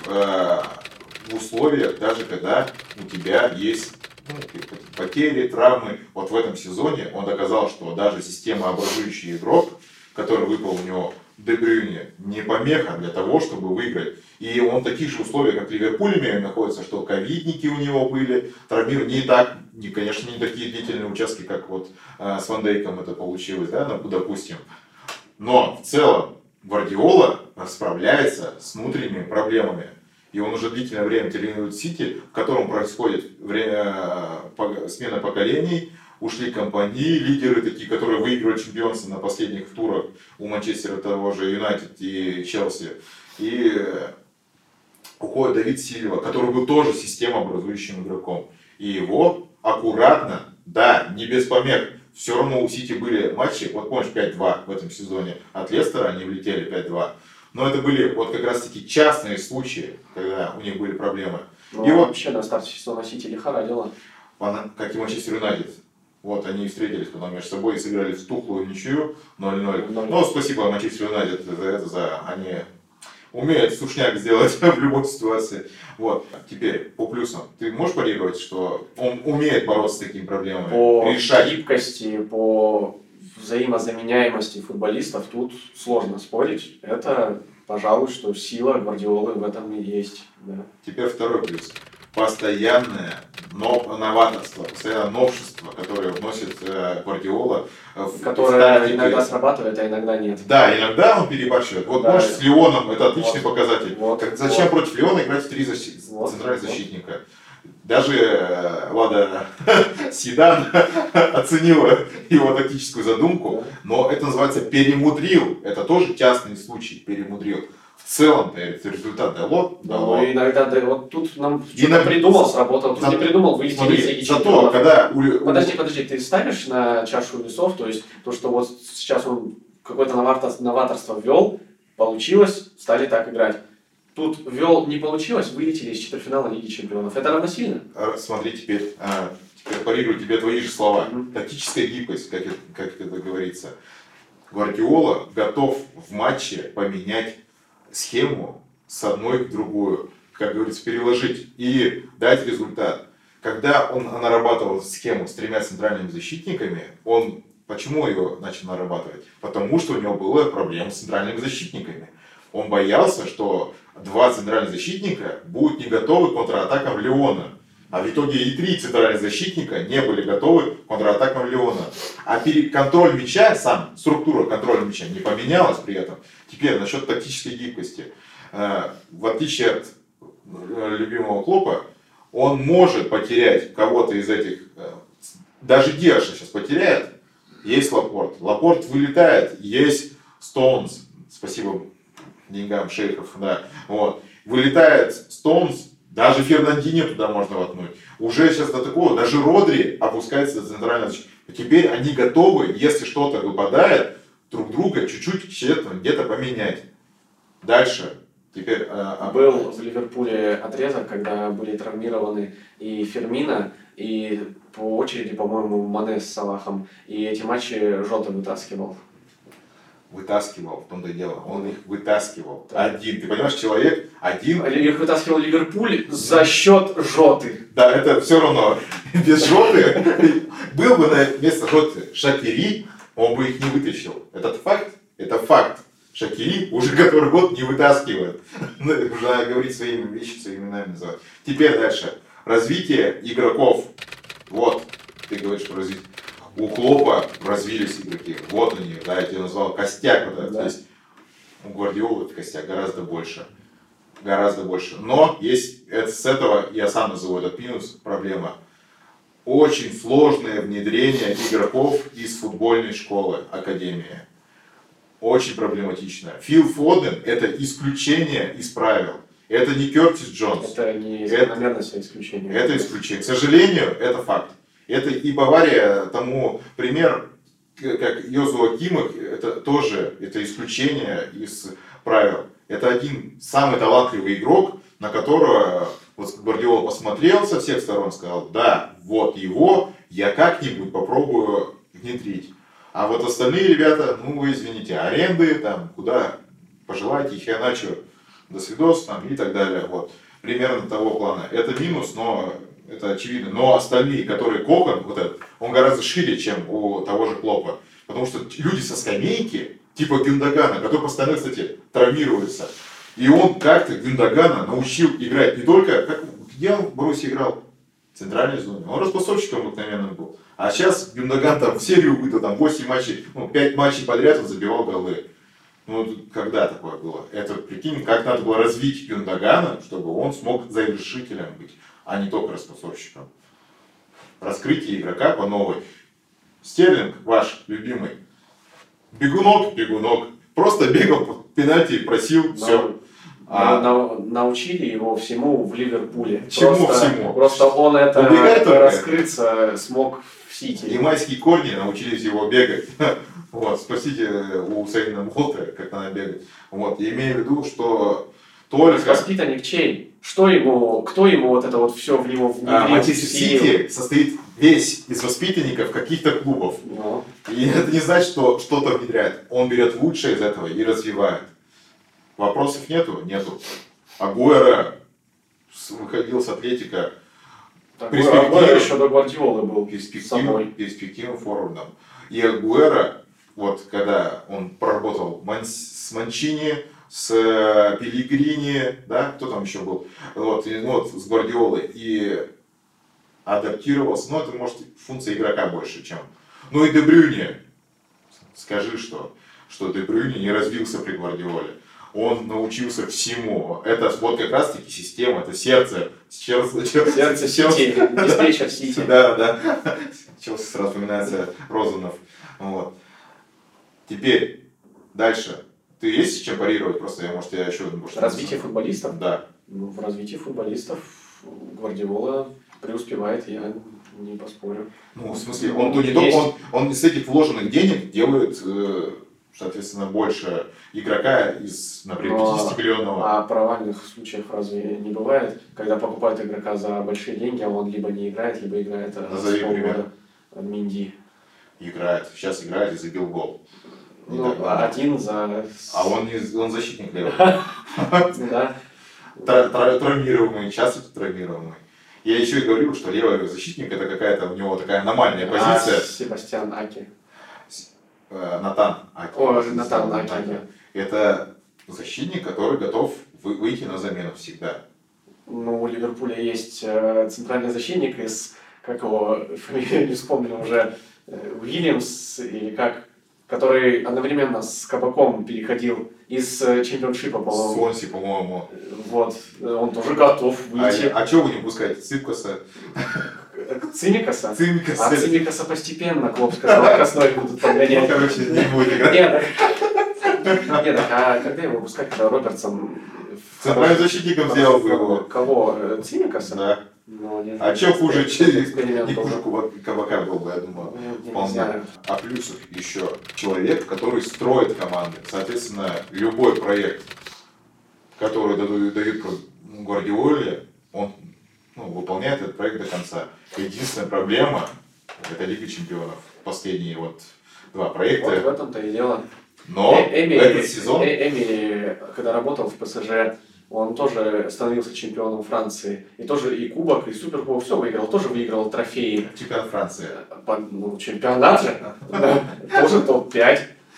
в условиях, даже когда у тебя есть потери, травмы. Вот в этом сезоне он доказал, что даже системообразующий игрок, который выпал у него Де Брюйне, не помеха для того, чтобы выиграть. И он в таких же условиях, как в Ливерпуле, находится, что ковидники у него были, травмированы конечно, не такие длительные участки, как вот с Ван Дейком это получилось, да, допустим. Но в целом Гвардиола справляется с внутренними проблемами. И он уже длительное время тренирует Сити, в котором происходит смена поколений. Ушли компании, лидеры такие, которые выигрывают чемпионство на последних турах у Манчестера, того же Юнайтед и Челси. И уходит Давид Сильва, который был тоже системообразующим игроком. И его аккуратно, да, не без помех. Все равно у Сити были матчи, вот помнишь, 5-2 в этом сезоне от Лестера, они влетели 5-2. Но это были вот как раз таки частные случаи, когда у них были проблемы. Ну, и вообще на старте сезона Сити лихорадило. Как и Манчестер Юнайтед. Вот, они встретились потом между собой и сыграли в тухлую ничью 0-0. Но спасибо Манчестер Юнайтед они умеют сушняк сделать в любой ситуации. Вот, теперь по плюсам. Ты можешь парировать, что он умеет бороться с такими проблемами? По гибкости, по взаимозаменяемости футболистов тут сложно спорить. Это, пожалуй, что сила Гвардиолы в этом и есть. Да. Теперь второй плюс. Постоянное новаторство, постоянное новшество, которое вносит Гвардиола. Которое иногда срабатывает, а иногда нет. Да, иногда он перебарщивает. Вот да, помнишь, с Лионом это отличный показатель. Зачем против Лиона играть в три центральных защитника? Даже Лада Седан оценила его тактическую задумку, но это называется перемудрил. Это тоже частный случай, перемудрил. В целом-то это результат дало. Но иногда, да, вот тут нам что-то придумал, сработал, тут не придумал, вылетели из Лиги Чемпионов. Подожди, ты ставишь на чашу весов, то есть то, что вот сейчас он какое-то новаторство ввел, получилось, стали так играть. Тут ввел, не получилось, вылетели из четвертьфинала Лиги Чемпионов. Это равносильно? Смотри, теперь парирую тебе твои же слова. Тактическая гибкость, как это говорится. Гвардиола готов в матче поменять схему с одной к другую, как говорится, переложить и дать результат. Когда он нарабатывал схему с тремя центральными защитниками, он почему ее начал нарабатывать? Потому что у него была проблема с центральными защитниками. Он боялся, что два центральных защитника будут не готовы к контратакам Лиона. А в итоге и три центральных защитника не были готовы к контратакам Лиона. А контроль мяча, структура контроля мяча не поменялась при этом. Теперь насчет тактической гибкости. В отличие от любимого Клопа, Он может потерять кого-то из этих, даже Диаша сейчас потеряет, есть Лапорт. Лапорт вылетает, есть Стоунс, спасибо деньгам шейхов, да, вот. Вылетает Стоунс, даже Фернандини туда можно воткнуть. Уже сейчас до такого, даже Родри опускается до центрального. Теперь они готовы, если что-то выпадает, друг друга чуть-чуть где-то поменять. Дальше. Теперь, Был в Ливерпуле отрезок, когда были травмированы и Фермино, и по очереди, по-моему, Мане с Салахом. И эти матчи Жота вытаскивал. Вытаскивал, в том-то и дело. Он их вытаскивал. Один. Ты понимаешь, человек один. Их вытаскивал Ливерпуль за счет Жоты. Да, это все равно. Без Жоты был бы на место Жоты Шакири, он бы их не вытащил. Это факт? Это факт. Шакири уже который год не вытаскивает. Нужно говорить своими вещами, своими именами называть. Теперь дальше. Развитие игроков. Вот, ты говоришь про развитие. У Клопа развились игроки. Вот они, да, я тебе назвал костяк. Вот этот. Да. Есть у Гвардиолы этот костяк гораздо больше. Гораздо больше. Но есть, с этого я сам назову этот минус, проблема. Очень сложное внедрение игроков из футбольной школы, академии. Очень проблематично. Фил Фоден это исключение из правил. Это не Кертис Джонс. Это не закономерность, а исключение. Это исключение. К сожалению, это факт. Это и Бавария тому пример, как Йозуа Кимах, это тоже это исключение из правил. Это один самый талантливый игрок, на которого вот Гвардиола посмотрел со всех сторон, сказал, да, вот его я как-нибудь попробую внедрить. А вот остальные ребята, ну вы извините, аренды, там, куда пожелаете, Хианачо, до свидос, там, и так далее. Вот. Примерно того плана. Это минус, но это очевидно. Но остальные, которые Кокон, вот этот, он гораздо шире, чем у того же Клопа. Потому что люди со скамейки, типа Гюндогана, который постоянно, кстати, травмируется. И он как-то Гюндогана научил играть не только, как, где он в Боруссии играл? В центральной зоне. Он распасовщиком обыкновенным был. А сейчас Гюндоган там в серию выдал, там 8 матчей, 5 матчей подряд он забивал голы. Ну, когда такое было? Это, прикинь, как надо было развить Гюндогана, чтобы он смог завершителем быть, а не только распасовщиком. Раскрытие игрока по новой. Стерлинг, ваш любимый. Бегунок. Просто бегал, пенальти просил, все. Научили его всему в Ливерпуле. Чему всему? Просто он это раскрыться смог в Сити. И майские корни научились его бегать. Вот, спросите у Сейна Молта, как надо бегать. Вот, я имею в виду, что только... Воспитанник чей? Кто ему вот это вот все в него внедрил? Манчестер Сити состоит весь из воспитанников каких-то клубов. Но. И это не значит, что что-то внедряет. Он берет лучшее из этого и развивает. Вопросов нету? Нету. Агуэро выходил с Атлетика. Агуэро еще до Гвардиолы был. Перспективным форвардом. И Агуэро, вот когда он проработал с Манчини, с Пеллигрини, да, кто там еще был, вот, и, вот с Гвардиолой, и адаптировался, это может функция игрока больше, чем. Ну и Де Брюйне, скажи, что Де Брюйне не развился при Гвардиоле. Он научился всему. Это вот как раз таки система, это сердце Сити, диспетчер Сити. Да. Челси сразу вспоминается Розанов. Вот. Теперь, дальше. Ты есть с чем парировать? Просто я, может, я еще... Развитие футболистов? Да. Ну, в развитии футболистов Гвардиола преуспевает, я не поспорю. Ну, в смысле, он из этих вложенных денег делает, соответственно, больше игрока из, например, 50-миллионного. А провальных случаев разве не бывает? Когда покупают игрока за большие деньги, а он либо не играет, либо играет Назови пример. Минди. Играет. Сейчас играет и забил гол. Ну, один за... А он защитник левый. Да. Травмируемый, часто травмируемый. Я еще и говорил, что левый защитник это какая-то у него такая аномальная позиция. Себастьян Аки. Натан Аки. Натан Аки, да. Это защитник, который готов выйти на замену всегда. Ну, у Ливерпуля есть центральный защитник из, как его фамилию не вспомню уже, Уильямс или как? который одновременно с Кабаком переходил из чемпионшипа, по-моему. Свонси, по-моему. Вот, он тоже готов выйти. А что вы не пускаете? Ципкаса? Цимикаса? Цимикаса. А Цимикаса постепенно, Клоп сказал, Косной будут подгонять. Короче, не будет играть. Нет, а когда его выпускать, когда Робертсон... Центральным защитником сделал бы его. Кого? Цимикаса? Да. Ну, не А знаю, что хуже, эксперимент не был. хуже Кабака был бы, я думаю. Я не Вполне. знаю. А плюсов еще человек, который строит команды. Соответственно, любой проект, который дают Гвардиоле, он выполняет этот проект до конца. Единственная проблема – это Лига Чемпионов. Последние вот два проекта. Вот в этом-то и дело. Но этот сезон... Эмери, когда работал в ПСЖ, он тоже становился чемпионом Франции. И тоже и кубок, и суперкубок, все выиграл. Тоже выиграл трофеи. Чемпионат Франции. Чемпионат же. Тоже топ-5.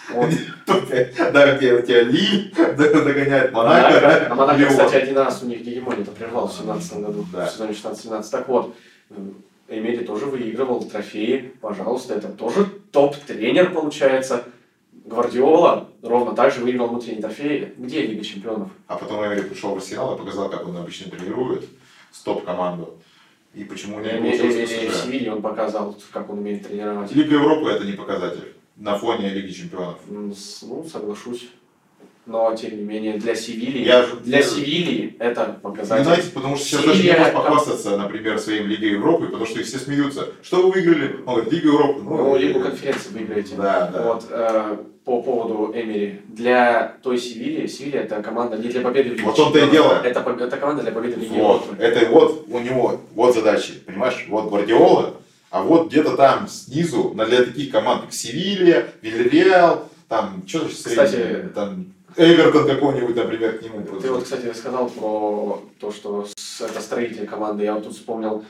Да, где тебя Лиль догоняет Монако. А Монако, кстати, один раз у них гегемонию прервал в 2017 году. Да. В сезоне 16-17. Так вот, Эмери тоже выигрывал трофеи. Пожалуйста, это тоже топ-тренер получается. Гвардиола ровно так же выиграл внутренние трофеи. Где Лига Чемпионов? А потом Эмери пришел в Арсенал и показал, как он обычно тренирует топ-команду. И почему не получилось В Севилье он показал, как он умеет тренировать. Лига Европы это не показатель на фоне Лиги Чемпионов. Ну, соглашусь. Но, тем не менее, для Севильи, Севильи это показатель. Знаете, потому что сейчас даже не может похвастаться, например, своим Лигой Европы, потому что их все смеются. Что вы выиграли? Он говорит, Лигу Европы. Ну, Лигу конференции выиграете. Да, да. Вот, по поводу Эмери. Для той Севильи, Севилья это команда не для победы в Лиге Вот он-то и дело. Это команда для победы в Лиге Вот, Европы. это вот у него, вот задачи, понимаешь? Вот Гвардиола, а вот где-то там снизу, для таких команд, как Севилья, Вильяреал, там, что же Кстати, там, Эвертон какой-нибудь, например, к нему. Ты вот, кстати, сказал про то, что это строитель команды. Я вот тут вспомнил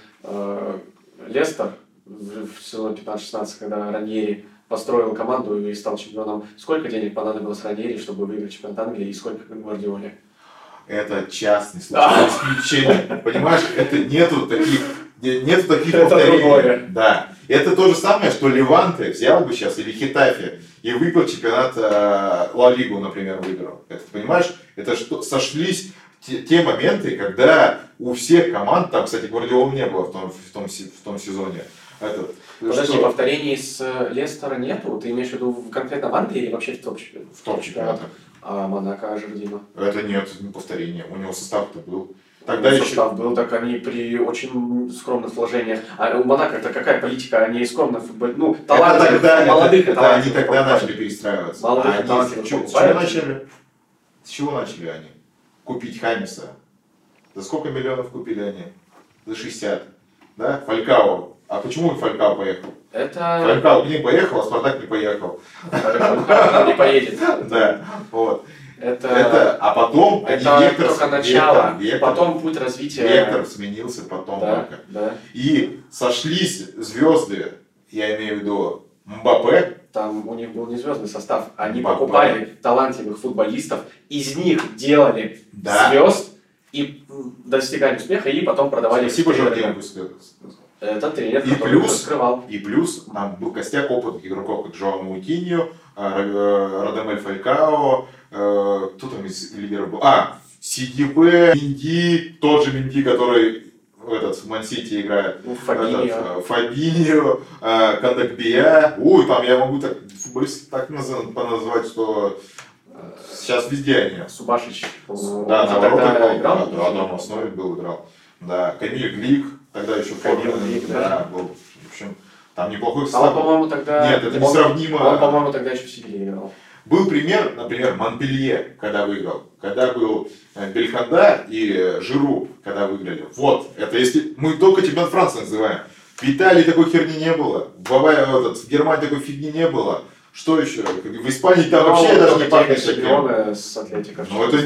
Лестер в сезоне 15-16, когда Раньери построил команду и стал чемпионом. Сколько денег понадобилось Раньери, чтобы выиграть чемпионат Англии, и сколько Гвардиоле? Это частный случай, исключение. Понимаешь, это нету таких повторений. Да. Это то же самое, что Леванте взял бы сейчас, или Хетафе, и выиграл чемпионат Ла Лигу, например, выиграл. Это, понимаешь, это что сошлись те моменты, когда у всех команд, там, кстати, Гвардиолы не было в том сезоне. Подожди, повторений с Лестера нету? Ты имеешь в виду конкретно в Англии или вообще в топ-чемпионатах? В топ-чемпионатах. А Монако, Жердино? Это нет, не повторение. У него состав-то был. Тогда состав был, так они при очень скромных вложениях. А у Монако это какая политика? Они скромно футбол... Ну, талантливых, молодых и талантливых. Они тогда начали перестраиваться. Молодых и талантливых. С чего начали они? Купить Хамиса. За сколько миллионов купили они? За 60. Да? Фалькао. А почему Фалькао поехал? Фалькао к ним поехал, а Спартак не поехал. Фалькао не поедет. Да, вот. А потом это только начало, потом путь развития. Вектор сменился потом только. Да. И сошлись звезды, я имею в виду Мбаппе. Там у них был не звездный состав, они покупали талантливых футболистов, из них делали звезд и достигали успеха, и потом продавали. Спасибо, Жордин. Это тренер, который раскрывал. И плюс нам был костяк опытных игроков, как Жоао Маутиньо, Радамель Фалькао, кто там из лидеров был? СДБ, Минди, тот же Минди, который в Ман-Сити играет. Фабиньо, Кандакбия. Ой, там я могу так футболистов так назвать, что сейчас везде они. Субашич. Да, на воротах играл. Да, в основе играл. Да, Камиль Глик, тогда еще форменный. Да, был. В общем, там неплохой состав. Он, по-моему, тогда... Нет, это несравнимо. Он, по-моему, тогда еще в Севилье играл. Был пример, например, Монпелье, когда выиграл. Когда был Бельханда и Жиру, когда выиграли. Вот, это если... Мы только чемпионат Франции называем. В Италии такой херни не было. В Германии такой фигни не было. Что еще? В Испании там вообще даже не пахнет таким. С Атлетико. Но это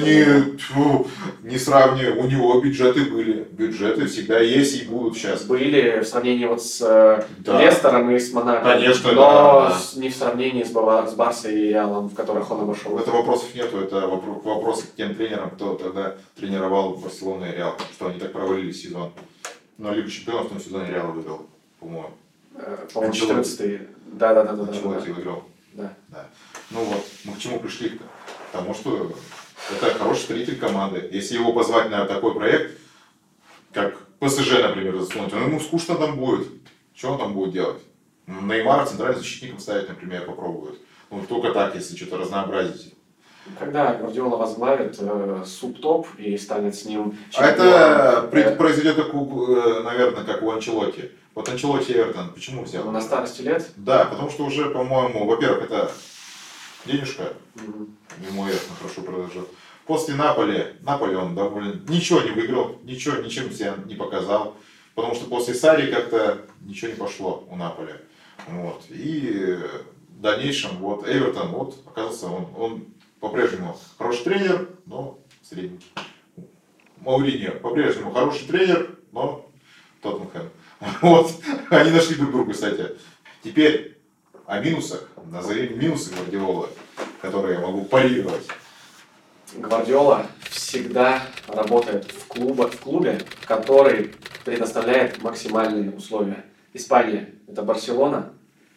не сравниваю. У него бюджеты были. Бюджеты всегда есть и будут сейчас. Были в сравнении вот с Лестером и с Монако. Конечно, но не в сравнении с Барсой и Реалом, в которых он обошел. Это вопросов нету. Это вопрос к тем тренерам, кто тогда тренировал Барселону и Реал. Что они так провалили сезон. Но Лигу Чемпионов в том сезоне Реал выиграл, по-моему. По-моему, 14-й. Да. Анчелотти выиграл. Да. Да. Ну вот, мы к чему пришли-то? Потому что это хороший строитель команды. Если его позвать на такой проект, как ПСЖ, например, засунуть, ну ему скучно там будет. Что он там будет делать? Неймара центральным защитником ставить, например, попробуют. Ну, только так, если что-то разнообразить. Когда Гвардиола возглавит субтоп и станет с ним А чемпионом, это произойдет, наверное, как у Анчелотти. Вот Анчелотти Эвертон почему взял? на старости лет? Да, потому что уже, по-моему, во-первых, это денежка, Мгм. ему Эвертон хорошо продолжил. После Наполи он довольно ничего не выиграл, ничем себя не показал. Потому что после Сарри как-то ничего не пошло у Наполи. Вот. И в дальнейшем вот Эвертон, вот, оказывается, он по-прежнему хороший тренер, но средний. Мауриньо по-прежнему хороший тренер, но Тоттенхэм. Вот. Они нашли друг друга, кстати. Теперь о минусах. Назовем минусы Гвардиолы, которые я могу парировать. Гвардиола всегда работает в клубе, который предоставляет максимальные условия. Испания – это Барселона.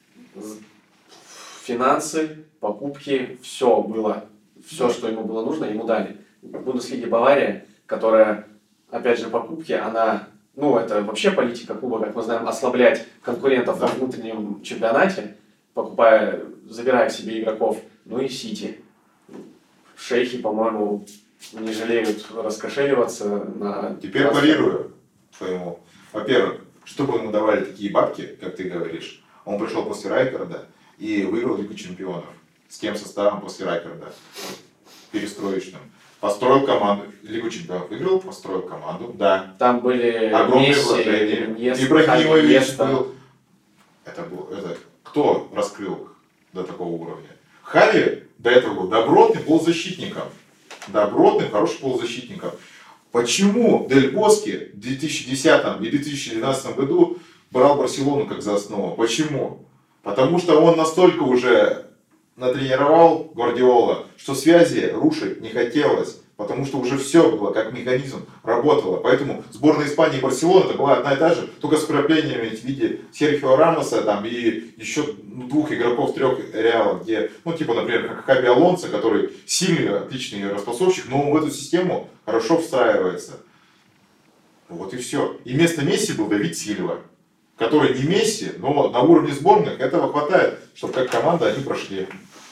Финансы, покупки, все было. Все, что ему было нужно, ему дали. В Бундеслиге Бавария, которая, опять же, покупки, она, ну, это вообще политика клуба, как мы знаем, ослаблять конкурентов во внутреннем чемпионате, покупая, забирая к себе игроков. Ну и Сити. Шейхи, по-моему, не жалеют раскошеливаться на... Теперь парирую твоему. Во-первых, чтобы ему давали такие бабки, как ты говоришь, он пришел после Райкарда и выиграл Лигу Чемпионов. С кем составом после Райкарда? Перестроечным. Построил команду. Лигу Чемпионов выиграл, построил команду. Да. Там были огромные Месси, вложения. Иньеста, Ибрахимович был. Это кто раскрыл до такого уровня? Хави до этого был добротным полузащитником. Добротным, хорошим полузащитником. Почему Дель Боске в 2010 и 2012 году брал Барселону как за основу? Почему? Потому что он настолько уже натренировал Гвардиола, что связи рушить не хотелось. Потому что уже все было, как механизм, работало. Поэтому сборная Испании и Барселоны это была одна и та же, только с вкраплениями в виде Серхио Рамоса там, и еще двух игроков, трех Реалов, где, ну, типа, например, как Хаби Алонсо, который сильный, отличный распасовщик, но он в эту систему хорошо встраивается. Вот и все. И вместо Месси был Давид Сильва, который не Месси, но на уровне сборных этого хватает, чтобы как команда они прошли.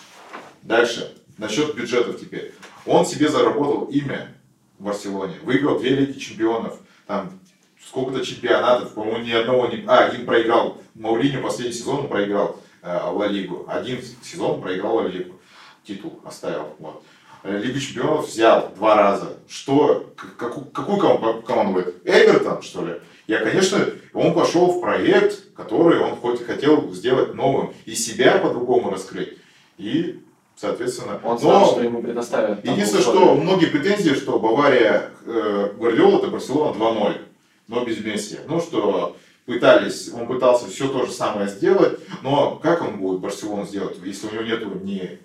Дальше. Насчет бюджетов теперь. Он себе заработал имя в Барселоне, выиграл 2 Лиги Чемпионов, там сколько-то чемпионатов, по-моему, ни одного не... один проиграл, Мауриньо последний сезон он проиграл Ла Лигу, один сезон проиграл Ла Лигу, титул оставил. Вот. Лигу Чемпионов взял 2 раза. Что? Какую команду? Эвертон, что ли? Конечно, он пошел в проект, который он хоть хотел сделать новым, и себя по-другому раскрыть. И соответственно, он знал, что ему предоставят. Единственное, что многие претензии, что Бавария Гвардиола это Барселона 2-0, но без Месси. Ну что он пытался все то же самое сделать, но как он будет Барселону сделать, если у него нету ни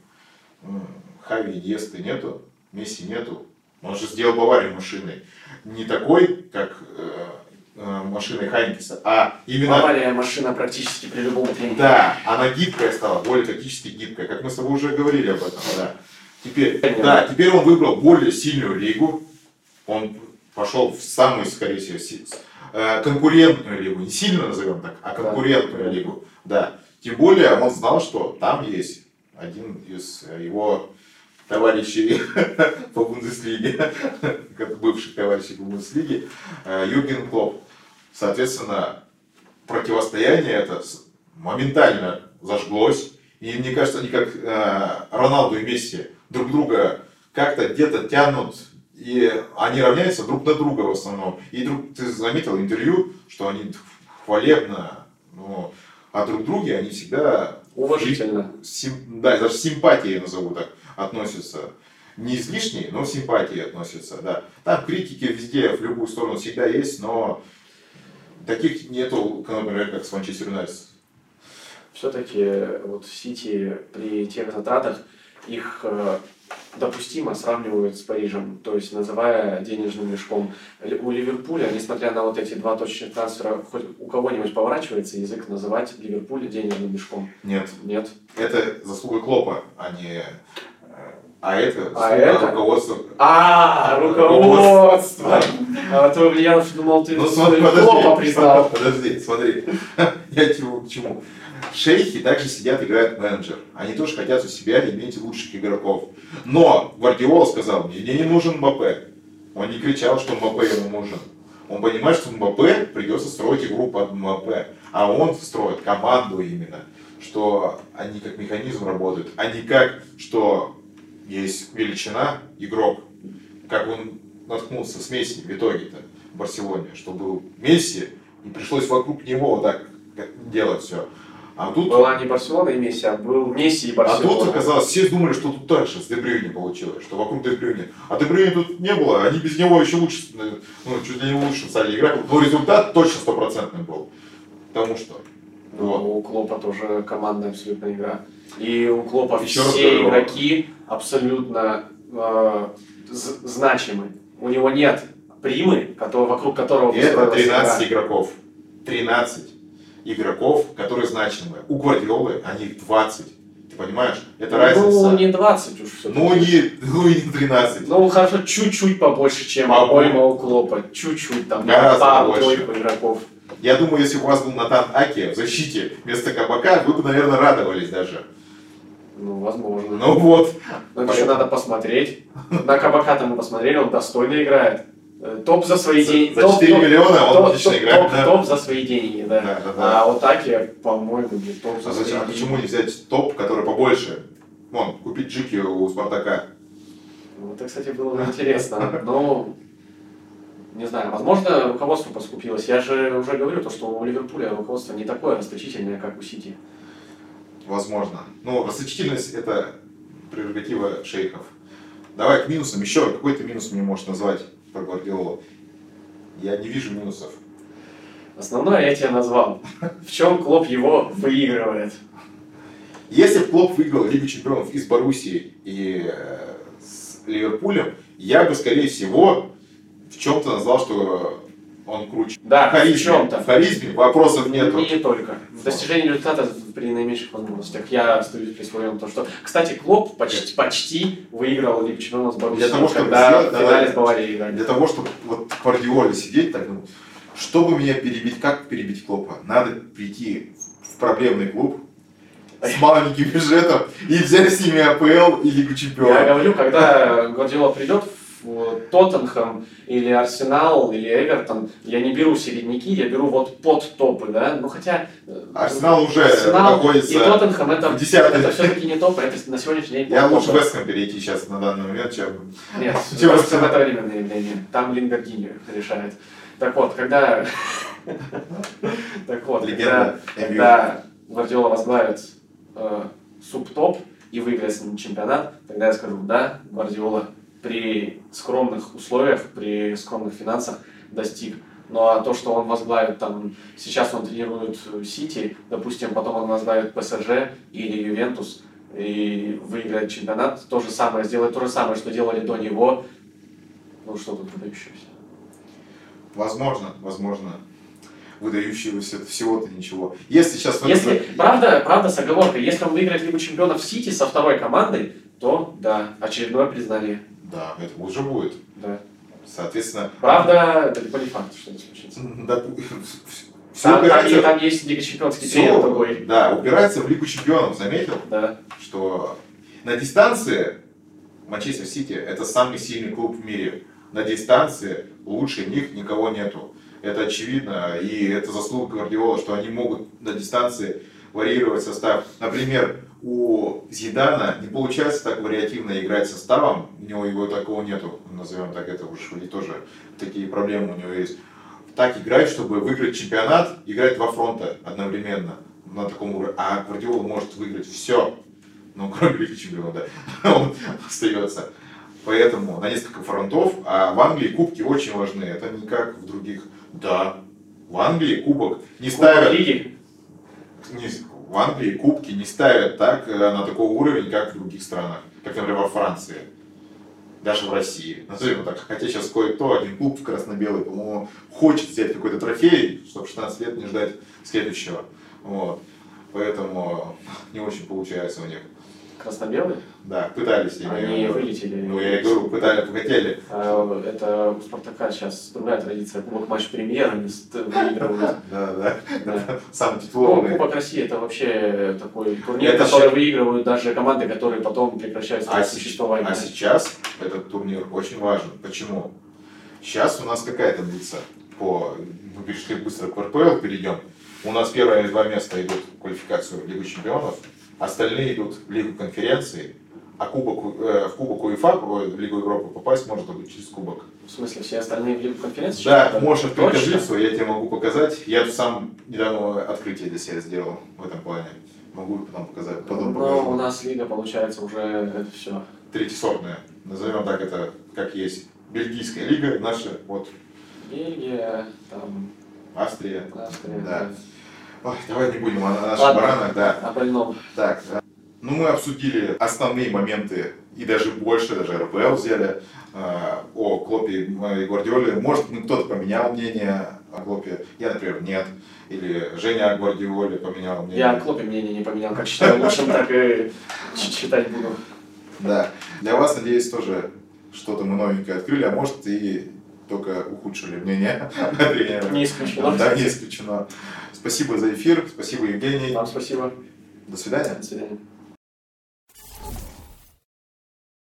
Хави, Иньесты нету, Месси нету. Он же сделал Баварию машиной. Не такой, как машиной Хайнкеса, а именно... Бавария машина практически при любом тренинге. Да, она гибкая стала, более тактически гибкая, как мы с тобой уже говорили об этом. Да. Теперь он выбрал более сильную лигу, он пошел в самую, скорее всего, конкурентную лигу, не сильно назовем так, а конкурентную лигу. Да. Тем более он знал, что там есть один из его товарищей по Бундеслиге, бывших товарищей по Бундеслиге, Юрген Клопп. Соответственно, противостояние это моментально зажглось. И мне кажется, они как Роналду и Месси друг друга как-то где-то тянут, и они равняются друг на друга в основном. И ты заметил интервью, что они хвалебно, а друг друге они всегда уважительно. Да, даже симпатии, назову так, относятся. Не излишние, но симпатии относятся. Да. Там критики везде, в любую сторону всегда есть, но таких нету, например, как с Манчестер Юнайтед. Все-таки вот Сити при тех затратах их допустимо сравнивают с Парижем, то есть называя денежным мешком. У Ливерпуля, несмотря на вот эти два точечных трансфера, хоть у кого-нибудь поворачивается язык называть Ливерпуль денежным мешком? Нет. Нет. Это заслуга Клопа, а не... А это заслуга руководства. Руководство! А то я уж думал, ты Клопа признал. Подожди, смотри. Я к чему? Шейхи также сидят, играют менеджер. Они тоже хотят у себя иметь лучших игроков. Но Гвардиола сказал, мне не нужен Мбаппе. Он не кричал, что Мбаппе ему нужен. Он понимает, что Мбаппе придется строить игру под Мбаппе. А он строит команду именно. Что они как механизм работают, а не как, что есть величина, игрок. Как он наткнулся с Месси в итоге-то в Барселоне. Что был Месси, и пришлось вокруг него вот так делать все. А тут была не Барселона и Месси, а был Месси и Барселона. А тут оказалось, все думали, что тут так же с Де Брюйне получилось, что вокруг Де Брюйне. А Де Брюйне тут не было, они без него еще лучше, чуть ли не лучше стали играть. Но результат точно стопроцентный был. Потому что... Вот. У Клопа тоже командная абсолютно игра. И у Клопа еще все игроки абсолютно значимы. У него нет примы, вокруг которого... Это 13 игроков. 13 игроков, которые значимые. У Гвардиолы они их 20. Ты понимаешь? Это разница. Ну, не 20 уж все. Ну, не 13. Ну, хорошо, чуть-чуть побольше, чем у Клопа. Чуть-чуть, там, пару-тройку игроков. Я думаю, если бы у вас был Натан Аки в защите вместо Кабака, вы бы, наверное, радовались даже. Ну, возможно. Ну вот. Но это еще надо посмотреть. На Кабака-то мы посмотрели, он достойно играет. Топ за свои деньги. За 4 миллиона он отлично играет. Топ за свои деньги, да. А вот Аки, по-моему, не топ за свои деньги. А почему не взять топ, который побольше? Вон, купить Джики у Спартака. Ну, это, кстати, было бы интересно. Но... Не знаю, возможно, руководство поскупилось. Я же уже говорю, что у Ливерпуля руководство не такое расточительное, как у Сити. Возможно. Ну, расточительность – это прерогатива шейхов. Давай к минусам. Еще какой-то минус мне можешь назвать про Гвардиолу? Я не вижу минусов. Основное я тебе назвал. В чем Клоп его выигрывает? Если бы Клоп выиграл Лигу Чемпионов и с Боруссией, и с Ливерпулем, я бы, скорее всего, в чем-то назвал, что он круче. Да, в чем-то. В харизме вопросов нету. Не только. В достижении результата при наименьших возможностях. Я остаюсь при своем. То, что... Кстати, Клоп почти выиграл Лигу Чемпионов с Боруссией, когда в финале с Баварией играли. Для того, чтобы вот в Гвардиоле сидеть, так, чтобы меня перебить, как перебить Клопа? Надо прийти в проблемный клуб с маленьким бюджетом и взять с ними АПЛ и Лигу Чемпионов. Я говорю, когда Гвардиола придет в Тоттенхэм или Арсенал или Эвертон, я не беру середняки, я беру вот под топы, да, ну хотя... Арсенал уже находится и Тоттенхэм это все-таки не топ, это на сегодняшний день... Я лучше в Вестхэм перейти сейчас на данный момент, чем... Нет, Вестхэм это временное явление, там Лингардини решает. Так вот, когда... когда Гвардиола возглавит субтоп и выиграет с ним чемпионат, тогда я скажу, да, Гвардиола при скромных условиях, при скромных финансах достиг. Ну а то, что он возглавит там, сейчас он тренирует Сити, допустим, потом он возглавит ПСЖ или Ювентус и выиграет чемпионат, то же самое, сделает то же самое, что делали до него, ну что тут выдающегося? Возможно. Выдающегося всего-то ничего. Если сейчас... Правда, с оговоркой, если он выиграет Лигу Чемпионов Сити со второй командой, то да, очередное признание. Да, это уже будет. Да. Соответственно... Правда, далеко не факт, что это случится. Там есть Лига Чемпионский тренер другой. Да, упирается в Лигу Чемпионов, заметил? Да. Что на дистанции Манчестер Сити это самый сильный клуб в мире. На дистанции лучше них никого нету. Это очевидно, и это заслуга Гвардиола, что они могут на дистанции варьировать состав. Например, у Зидана не получается так вариативно играть составом, у него его такого нету, назовем так это уж, и тоже такие проблемы у него есть. Так играть, чтобы выиграть чемпионат, играть два фронта одновременно на таком уровне. А Гвардиола может выиграть все, но кроме Лиги Чемпионов, да, он остается. Поэтому на несколько фронтов, а в Англии кубки очень важны, это не как в других. Да, в Англии кубок не ставят. Лиги? в Англии кубки не ставят так на такой уровень, как в других странах, как, например, во Франции, даже в России. Назовем так. Хотя сейчас кое-кто, один клуб в красно-белый, по-моему, хочет взять какой-то трофей, чтобы 16 лет не ждать следующего. Вот. Поэтому не очень получается у них. Красно-белый? Да, пытались. Они вылетели. Ну, я и говорю, пытались, хотели. Это у Спартака сейчас другая традиция. Кубок матч премьер, они выигрывают. Да. Самый Ну, титулованный. Кубок России это вообще такой турнир, который выигрывают даже команды, которые потом прекращают свое существование. А сейчас этот турнир очень важен. Почему? Сейчас у нас какая таблица? Мы перешли быстро к РПЛ, перейдем. У нас первые 2 места идут в квалификацию в Лигу чемпионов, остальные идут в Лигу конференций, а в Кубок УЕФА, в Лигу Европы попасть можно только через Кубок. В смысле, все остальные в Лигу конференции? Да, можешь открыть таблицу, я тебе могу показать. Я сам недавно открытие для себя сделал в этом плане. Могу потом показать. Но у нас лига получается уже это все. Третьесортная. Назовем так это, как есть. Бельгийская лига наша, вот. Бельгия, там... Австрия. Да. Ой, давай не будем о наших баранах, да. О больном. Так, ну мы обсудили основные моменты и даже больше, даже РПЛ взяли о Клопе и Гвардиоле. Может, кто-то поменял мнение о Клопе, я, например, нет. Или Женя о Гвардиоле поменял мнение. Я о Клопе мнение не поменял, как считаю лучшим, так и считать буду. Да, для вас, надеюсь, тоже что-то мы новенькое открыли, а может и только ухудшили мнение тренера. Не исключено. Да, не исключено. Спасибо за эфир, спасибо, Евгений. Вам спасибо. До свидания. До свидания.